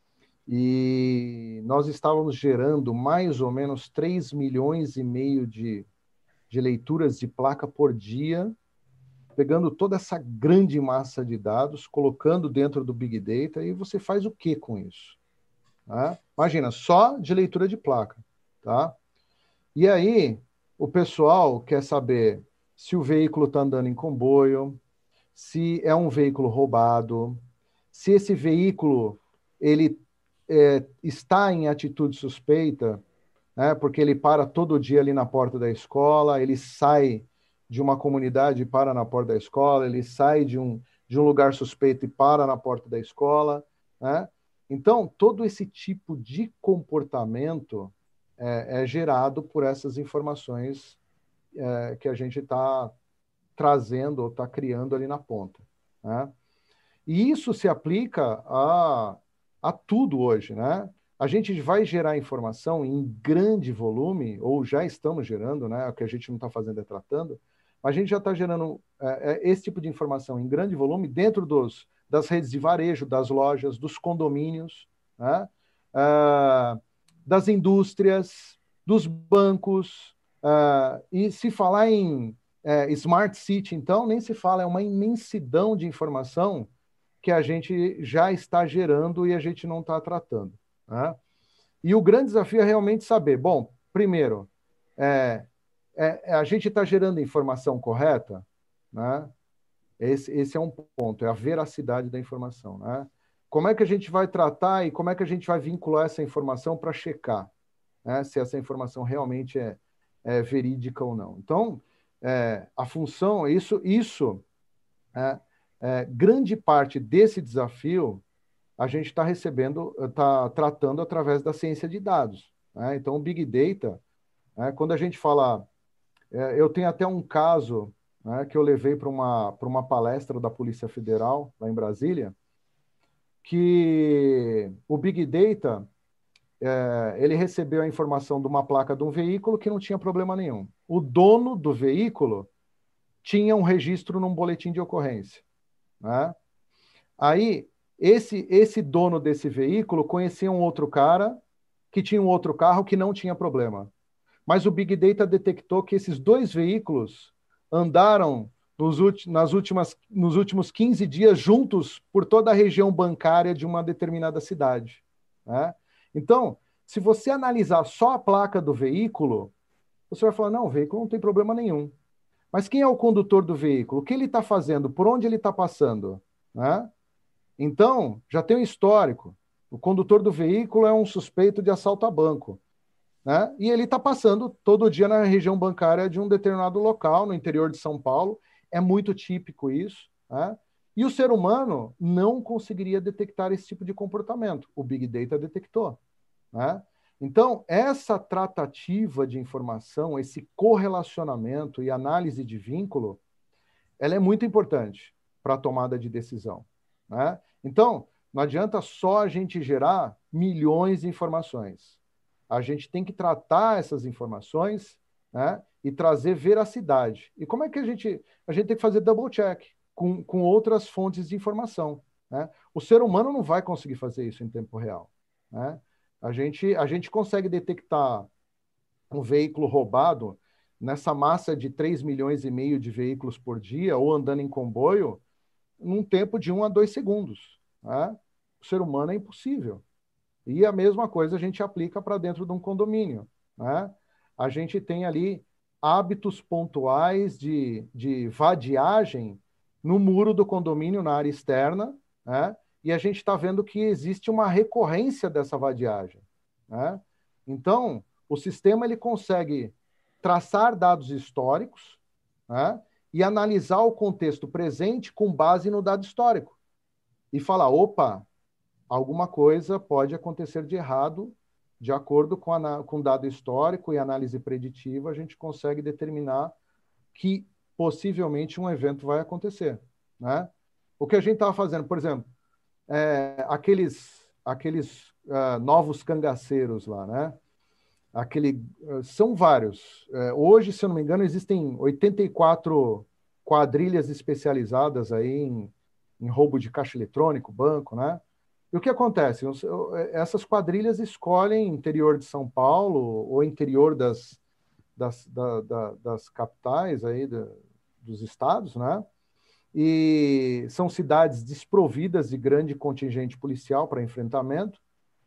e nós estávamos gerando mais ou menos três milhões e meio de, de leituras de placa por dia, pegando toda essa grande massa de dados, colocando dentro do Big Data, e você faz o que com isso? Tá? Imagina, só de leitura de placa. Tá? E aí, o pessoal quer saber se o veículo está andando em comboio, se é um veículo roubado, se esse veículo ele É, está em atitude suspeita, né, porque ele para todo dia ali na porta da escola, ele sai de uma comunidade e para na porta da escola, ele sai de um, de um lugar suspeito e para na porta da escola, né? Então, todo esse tipo de comportamento é, é gerado por essas informações é, que a gente está trazendo ou está criando ali na ponta, né? E isso se aplica a, a tudo hoje, né? A gente vai gerar informação em grande volume, ou já estamos gerando, né? O que a gente não está fazendo é tratando, mas a gente já está gerando é, esse tipo de informação em grande volume dentro dos, das redes de varejo, das lojas, dos condomínios, né? Ah, das indústrias, dos bancos, ah, e se falar em é, Smart City, então, nem se fala, é uma imensidão de informação que a gente já está gerando e a gente não está tratando, né? E o grande desafio é realmente saber, bom, primeiro, é, é, a gente está gerando informação correta, né? Esse, esse é um ponto, é a veracidade da informação, né? Como é que a gente vai tratar e como é que a gente vai vincular essa informação para checar, né, se essa informação realmente é, é verídica ou não. Então, é, a função, isso, isso é, é, grande parte desse desafio a gente está recebendo, está tratando através da ciência de dados, né? Então, o Big Data, né, quando a gente fala, é, eu tenho até um caso, né, que eu levei para uma, para uma palestra da Polícia Federal, lá em Brasília, que o Big Data, é, ele recebeu a informação de uma placa de um veículo que não tinha problema nenhum. O dono do veículo tinha um registro num boletim de ocorrência, né? Aí, esse, esse dono desse veículo conhecia um outro cara que tinha um outro carro que não tinha problema. Mas o Big Data detectou que esses dois veículos andaram nos, nas últimas, nos últimos quinze dias juntos por toda a região bancária de uma determinada cidade, né? Então, se você analisar só a placa do veículo, você vai falar, não, o veículo não tem problema nenhum. Mas quem é o condutor do veículo? O que ele está fazendo? Por onde ele está passando? Né? Então, já tem um histórico. O condutor do veículo é um suspeito de assalto a banco, né? E ele está passando todo dia na região bancária de um determinado local, no interior de São Paulo. É muito típico isso, né? E o ser humano não conseguiria detectar esse tipo de comportamento. O Big Data detectou, né? Então, essa tratativa de informação, esse correlacionamento e análise de vínculo, ela é muito importante para a tomada de decisão, né? Então, não adianta só a gente gerar milhões de informações. A gente tem que tratar essas informações, né, e trazer veracidade. E como é que a gente... A gente tem que fazer double check com, com outras fontes de informação, né? O ser humano não vai conseguir fazer isso em tempo real, né? A gente, a gente consegue detectar um veículo roubado nessa massa de três milhões e meio de veículos por dia, ou andando em comboio, num tempo de um a dois segundos, né? O ser humano é impossível. E a mesma coisa a gente aplica para dentro de um condomínio, né? A gente tem ali hábitos pontuais de, de vadiagem no muro do condomínio, na área externa, né? E a gente está vendo que existe uma recorrência dessa vadiagem, né? Então, o sistema ele consegue traçar dados históricos, né, e analisar o contexto presente com base no dado histórico. E falar, opa, alguma coisa pode acontecer de errado, de acordo com o com dado histórico e análise preditiva, a gente consegue determinar que possivelmente um evento vai acontecer, né? O que a gente estava fazendo, por exemplo, é, aqueles, aqueles uh, novos cangaceiros lá, né? Aquele, uh, são vários. Uh, hoje, se eu não me engano, existem oitenta e quatro quadrilhas especializadas aí em, em roubo de caixa eletrônico, banco, né? E o que acontece? Essas quadrilhas escolhem interior de São Paulo ou interior das, das, da, da, das capitais aí da, dos estados, né? E são cidades desprovidas de grande contingente policial para enfrentamento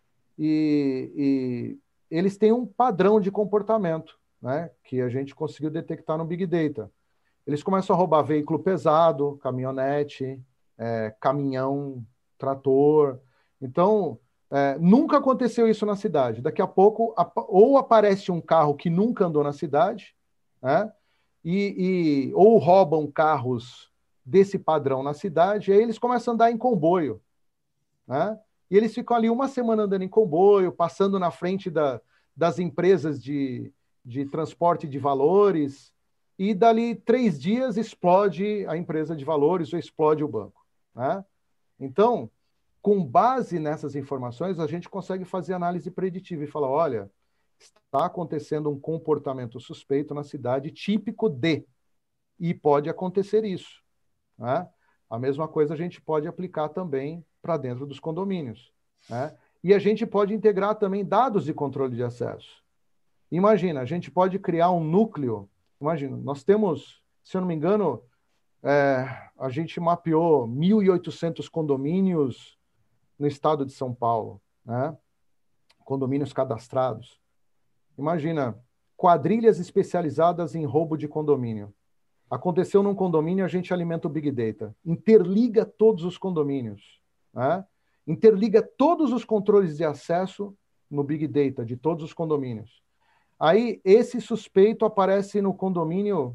e, e eles têm um padrão de comportamento, né? Que a gente conseguiu detectar no Big Data. Eles começam a roubar veículo pesado, caminhonete, é, caminhão, trator. Então, é, nunca aconteceu isso na cidade. Daqui a pouco, ou aparece um carro que nunca andou na cidade, né? E, e, ou roubam carros desse padrão na cidade, e aí eles começam a andar em comboio, né? E eles ficam ali uma semana andando em comboio, passando na frente da, das empresas de, de transporte de valores, e dali três dias explode a empresa de valores ou explode o banco, né? Então, com base nessas informações, a gente consegue fazer análise preditiva e falar, olha, está acontecendo um comportamento suspeito na cidade típico de, e pode acontecer isso, né? A mesma coisa a gente pode aplicar também para dentro dos condomínios, né? E a gente pode integrar também dados de controle de acesso. Imagina, a gente pode criar um núcleo, imagina, nós temos, se eu não me engano, é, a gente mapeou mil e oitocentos condomínios no estado de São Paulo, né? Condomínios cadastrados. Imagina, quadrilhas especializadas em roubo de condomínio. Aconteceu num condomínio, a gente alimenta o Big Data. Interliga todos os condomínios, né? Interliga todos os controles de acesso no Big Data de todos os condomínios. Aí, esse suspeito aparece no condomínio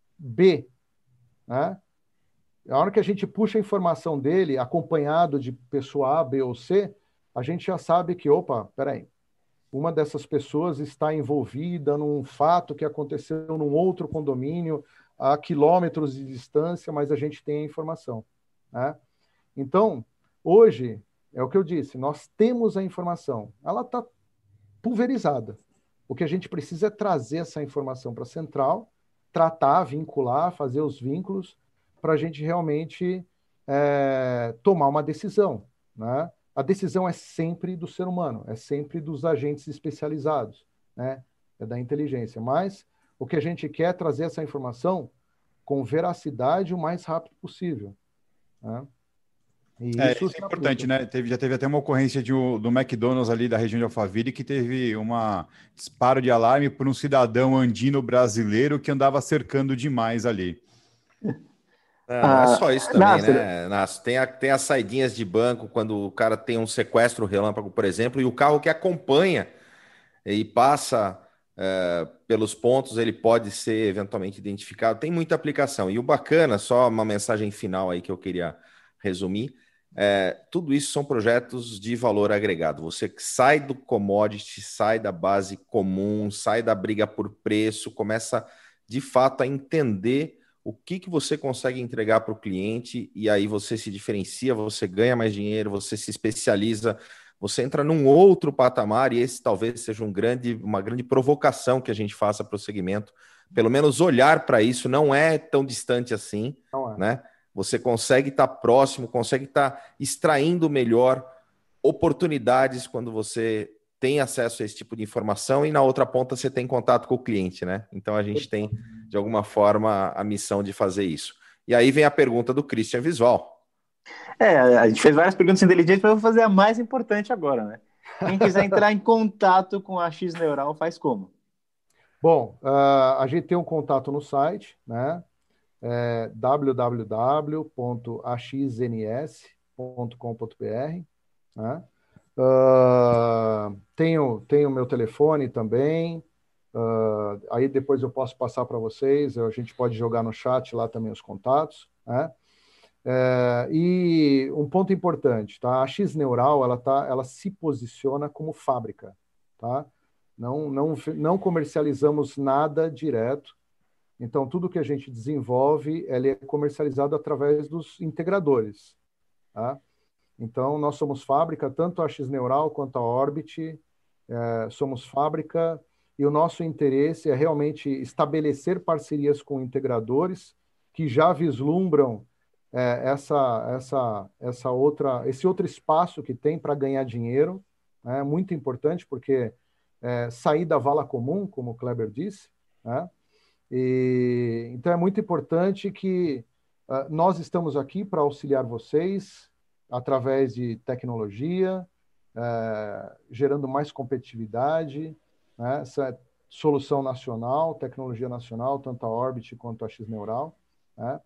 B, né? A hora que a gente puxa a informação dele, acompanhado de pessoa A, B ou C, a gente já sabe que, opa, peraí, uma dessas pessoas está envolvida num fato que aconteceu num outro condomínio, a quilômetros de distância, mas a gente tem a informação, né? Então, hoje, é o que eu disse, nós temos a informação, ela está pulverizada. O que a gente precisa é trazer essa informação para a central, tratar, vincular, fazer os vínculos, para a gente realmente é, tomar uma decisão, né? A decisão é sempre do ser humano, é sempre dos agentes especializados, né? É da inteligência, mas o que a gente quer é trazer essa informação com veracidade o mais rápido possível, né? E É, isso, isso é importante, né? Teve, já teve até uma ocorrência de um, do McDonald's ali da região de Alphaville que teve um disparo de alarme por um cidadão andino brasileiro que andava cercando demais ali. É, não é só isso também, Nasser, né, Nácio? Tem, a, tem as saidinhas de banco quando o cara tem um sequestro relâmpago, por exemplo, e o carro que acompanha e passa é, pelos pontos, ele pode ser eventualmente identificado. Tem muita aplicação. E o bacana, só uma mensagem final aí que eu queria resumir, é, tudo isso são projetos de valor agregado. Você sai do commodity, sai da base comum, sai da briga por preço, começa de fato a entender o que, que você consegue entregar para o cliente, e aí você se diferencia, você ganha mais dinheiro, você se especializa, você entra num outro patamar, e esse talvez seja um grande, uma grande provocação que a gente faça para o segmento. Pelo menos olhar para isso não é tão distante assim, não é. né? Você consegue estar próximo, consegue estar extraindo melhor oportunidades quando você tem acesso a esse tipo de informação, e na outra ponta você tem contato com o cliente, né? Então a gente tem, de alguma forma, a missão de fazer isso. E aí vem a pergunta do Christian Visval. É, a gente fez várias perguntas inteligentes, mas eu vou fazer a mais importante agora, né? Quem quiser entrar em contato com a X Neural faz como? Bom, uh, a gente tem um contato no site, né? É w w w ponto a x n s ponto com ponto b r, né? Uh, tenho, tenho meu telefone também, uh, aí depois eu posso passar para vocês, a gente pode jogar no chat lá também os contatos, né? É, e um ponto importante, tá? A X Neural, ela, tá, ela se posiciona como fábrica, tá? Não, não, não comercializamos nada direto, então tudo que a gente desenvolve, ele é comercializado através dos integradores, tá? Então, nós somos fábrica, tanto a X Neural quanto a Orbit, é, somos fábrica, e o nosso interesse é realmente estabelecer parcerias com integradores que já vislumbram é, essa, essa, essa outra, esse outro espaço que tem para ganhar dinheiro, é muito importante, porque é, sair da vala comum, como o Kleber disse, né? E, então, é muito importante que uh, nós estamos aqui para auxiliar vocês, através de tecnologia, é, gerando mais competitividade, né? Essa é solução nacional, tecnologia nacional, tanto a Orbit quanto a X Neural, né?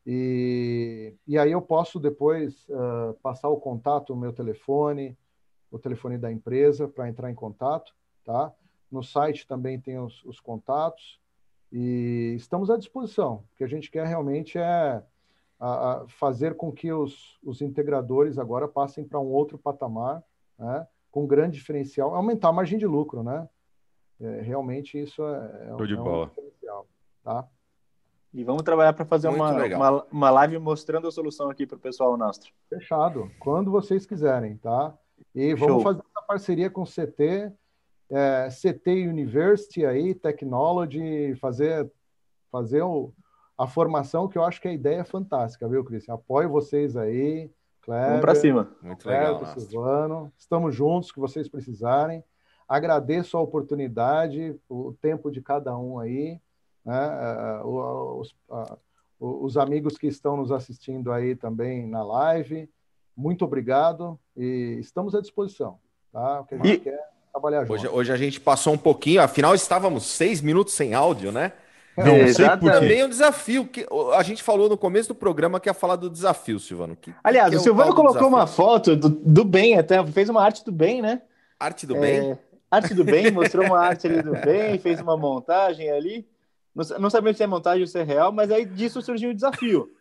E, e aí eu posso depois uh, passar o contato, o meu telefone, o telefone da empresa para entrar em contato, tá? No site também tem os, os contatos, e estamos à disposição. O que a gente quer realmente é a, a fazer com que os, os integradores agora passem para um outro patamar, né, com grande diferencial, aumentar a margem de lucro, né? É, realmente isso é, é, Show de é um bola. diferencial, tá? E vamos trabalhar para fazer Muito uma, legal. uma, uma live mostrando a solução aqui para o pessoal, Nastro. Fechado, quando vocês quiserem, tá? E Show. vamos fazer essa parceria com o C T, é, C T University aí, Technology, fazer, fazer o, a formação, que eu acho que a ideia é fantástica, viu, Cristian? Apoio vocês aí, Kleber, Vamos para cima. Muito legal, Roberto, Nastro. Silvano, estamos juntos, que vocês precisarem. Agradeço a oportunidade, o tempo de cada um aí, né? Os, os amigos que estão nos assistindo aí também na live, muito obrigado e estamos à disposição, tá? O que a gente E- quer é trabalhar junto. Hoje, hoje a gente passou um pouquinho, afinal estávamos seis minutos sem áudio, né? Não sei por Exatamente. quê. Também é um desafio. Que a gente falou no começo do programa que ia falar do desafio, Silvano. Que, Aliás, que é o Silvano tal do colocou desafio? uma foto do, do bem, até fez uma arte do bem, né? Arte do É, bem? Arte do bem, mostrou uma arte ali do bem, fez uma montagem ali. Não, sa- não sabemos se é montagem ou se é real, mas aí disso surgiu o desafio.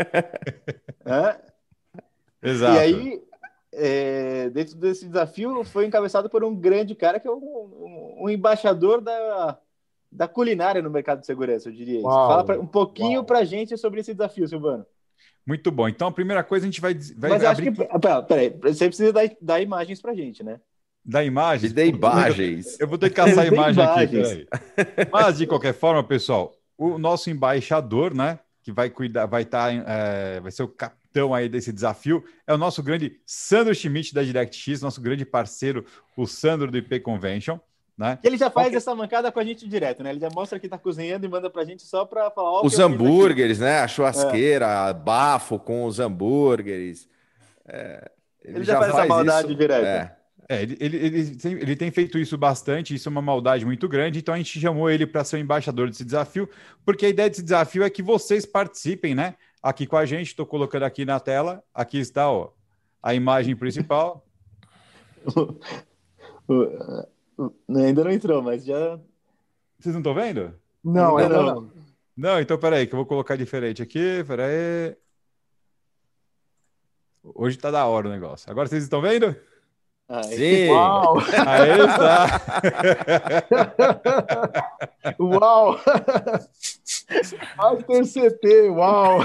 É, Exato. E aí, é, dentro desse desafio, foi encabeçado por um grande cara que é um, um- um embaixador da, da culinária no mercado de segurança, eu diria isso. Uau, Fala pra- um pouquinho uau. pra gente sobre esse desafio, Silvano. Muito bom. Então, a primeira coisa, a gente vai, vai Mas eu acho abrir que. Pera, peraí, você precisa dar, dar imagens pra gente, né? da imagem. Me dê imagens. Eu vou ter que caçar a Tem imagem aqui, imagens. peraí. Mas, de qualquer forma, pessoal, o nosso embaixador, né, que vai cuidar, vai estar, é, vai ser o capitão aí desse desafio, é o nosso grande Sandro Schmidt da DirectX, nosso grande parceiro, o Sandro do I P Convention, né? Ele já faz essa mancada com a gente direto, né? Ele já mostra que tá cozinhando e manda pra gente só pra falar. Ó, o Os que eu fiz aqui. hambúrgueres, né? A churrasqueira, bafo com os hambúrgueres. É, Ele já faz essa maldade direto. É. É, ele, ele, ele, tem, ele tem feito isso bastante, isso é uma maldade muito grande, então a gente chamou ele para ser o embaixador desse desafio, porque a ideia desse desafio é que vocês participem, né? Aqui com a gente, estou colocando aqui na tela, aqui está, ó, a imagem principal. O- o- ainda não entrou, mas já. Vocês não estão vendo? Não, Ainda ainda não. não. Não, então peraí, que eu vou colocar diferente aqui, peraí. Hoje tá da hora o negócio. Agora vocês estão vendo? Ai. Sim. Uau! Aí está. Uau! Master C T, uau!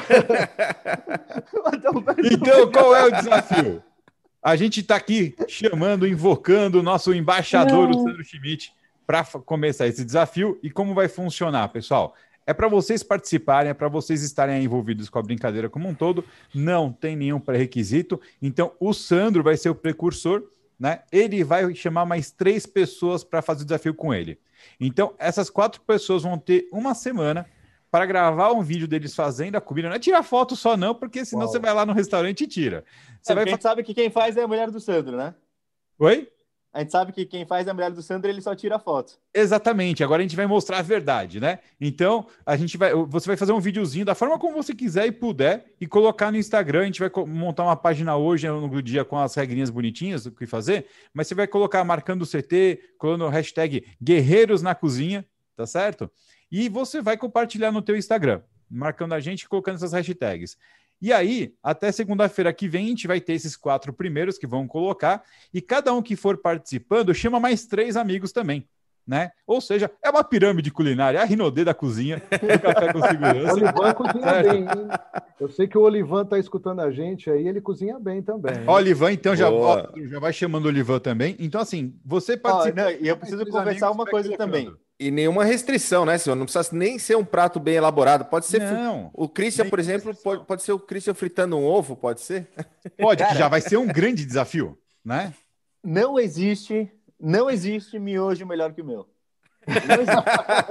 Então, qual é o desafio? A gente está aqui chamando, invocando o nosso embaixador, o Sandro Schmidt, para começar esse desafio. E como vai funcionar, pessoal? É para vocês participarem, é para vocês estarem aí envolvidos com a brincadeira como um todo. Não tem nenhum pré-requisito. Então, o Sandro vai ser o precursor, né? Ele vai chamar mais três pessoas para fazer o desafio com ele. Então, essas quatro pessoas vão ter uma semana para gravar um vídeo deles fazendo a comida. Não é tirar foto só não, porque senão Uau. você vai lá no restaurante e tira. Você É, vai porque a gente sabe que quem faz é a mulher do Sandro, né? Oi? A gente sabe que quem faz é a mulher do Sandro, ele só tira foto. Exatamente. Agora a gente vai mostrar a verdade, né? Então, a gente vai, você vai fazer um videozinho da forma como você quiser e puder e colocar no Instagram. A gente vai co- montar uma página hoje no dia com as regrinhas bonitinhas do que fazer, mas você vai colocar marcando o C T, colocando o hashtag Guerreiros na Cozinha, tá certo? E você vai compartilhar no teu Instagram, marcando a gente e colocando essas hashtags. E aí, até segunda-feira que vem, a gente vai ter esses quatro primeiros que vão colocar, e cada um que for participando chama mais três amigos também, né? Ou seja, é uma pirâmide culinária, é a Rinodê da cozinha, do Café com O Segurança. Olivan cozinha Certo. bem, hein? Eu sei que o Olivan está escutando a gente aí, ele cozinha bem também. hein? Ó, Olivan, então já, Boa. ó, já vai chamando o Olivan também. Então, assim, você Ó, participa. não, e eu preciso Três conversar amigos, uma vai coisa colocando. também. E nenhuma restrição, né, senhor? Não precisa nem ser um prato bem elaborado. Pode ser. fri- Não, O Christian, por nenhuma exemplo, restrição. pode, pode ser o Christian fritando um ovo, pode ser? pode, que Cara. já vai ser um grande desafio, né? Não existe, não existe miojo melhor que o meu. Não existe.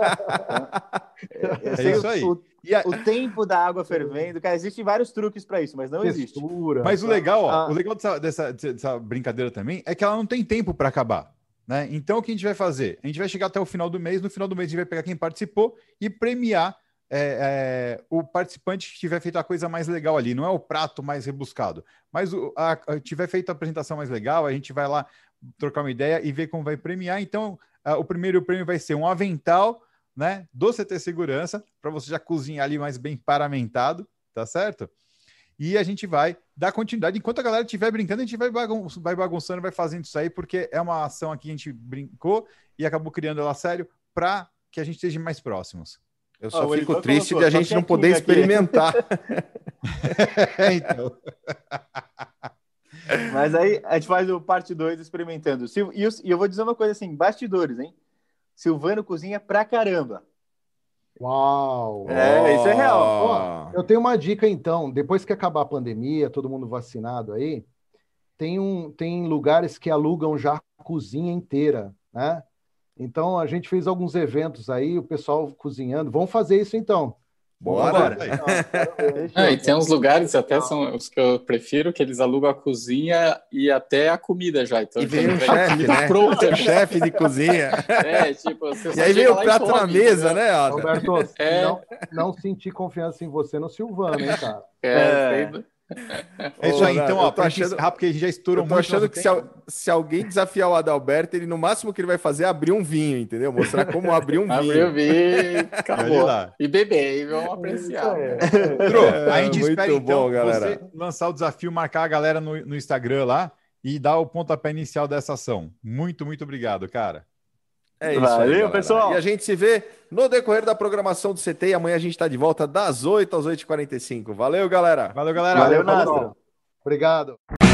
Eu É sei isso aí. O, E a- o tempo da água fervendo, cara, existem vários truques para isso, mas não existe. Textura. Mas o legal, ó, Ah. o legal dessa, dessa, dessa brincadeira também é que ela não tem tempo para acabar, né? Então o que a gente vai fazer? A gente vai chegar até o final do mês, no final do mês a gente vai pegar quem participou e premiar é, é, o participante que tiver feito a coisa mais legal ali. Não é o prato mais rebuscado, mas o, a, a- tiver feito a apresentação mais legal, a gente vai lá trocar uma ideia e ver como vai premiar. Então, a- o primeiro prêmio vai ser um avental, né, do C T Segurança, para você já cozinhar ali mais bem paramentado, tá certo? E a gente vai dar continuidade. Enquanto a galera estiver brincando, a gente vai, bagun vai bagunçando, vai fazendo isso aí, porque é uma ação aqui que a gente brincou e acabou criando ela a sério para que a gente esteja mais próximos. Eu só oh, fico triste colocou, de a gente não poder experimentar. É, então. Mas aí a gente faz o parte dois experimentando. E eu vou dizer uma coisa assim, bastidores, hein? Silvano cozinha pra caramba. Uau! É, oh. Isso é real. Ó, eu tenho uma dica, então. Depois que acabar a pandemia, todo mundo vacinado aí, tem, um, tem lugares que alugam já a cozinha inteira, né? Então, a gente fez alguns eventos aí, o pessoal cozinhando. Vamos fazer isso, então. Bora! Ah, e tem uns lugares, até são os que eu prefiro, que eles alugam a cozinha e até a comida já. Então, e vem o chefe, né? Pronta, o chefe de cozinha. É, tipo... Você e aí vem o prato na mesa, né, Ada? Roberto, é... não, não senti confiança em você no Silvano, hein, cara? É, é. É isso aí, então, ó, pra achando... encerrar, porque a gente já estourou muito. Eu tô achando que se, se alguém desafiar o Adalberto, ele no máximo que ele vai fazer é abrir um vinho, entendeu? Mostrar como abrir um vinho. Abrir o vinho, acabou. E beber, e vamos apreciar. É, é, a gente espera, bom, então, galera. você lançar o desafio, marcar a galera no, no Instagram lá e dar o pontapé inicial dessa ação. Muito, muito obrigado, cara. É isso Valeu, aí, pessoal. E a gente se vê no decorrer da programação do C T e amanhã a gente está de volta das oito às oito e quarenta e cinco. Valeu, galera. Valeu, galera. Valeu, Valeu, Obrigado.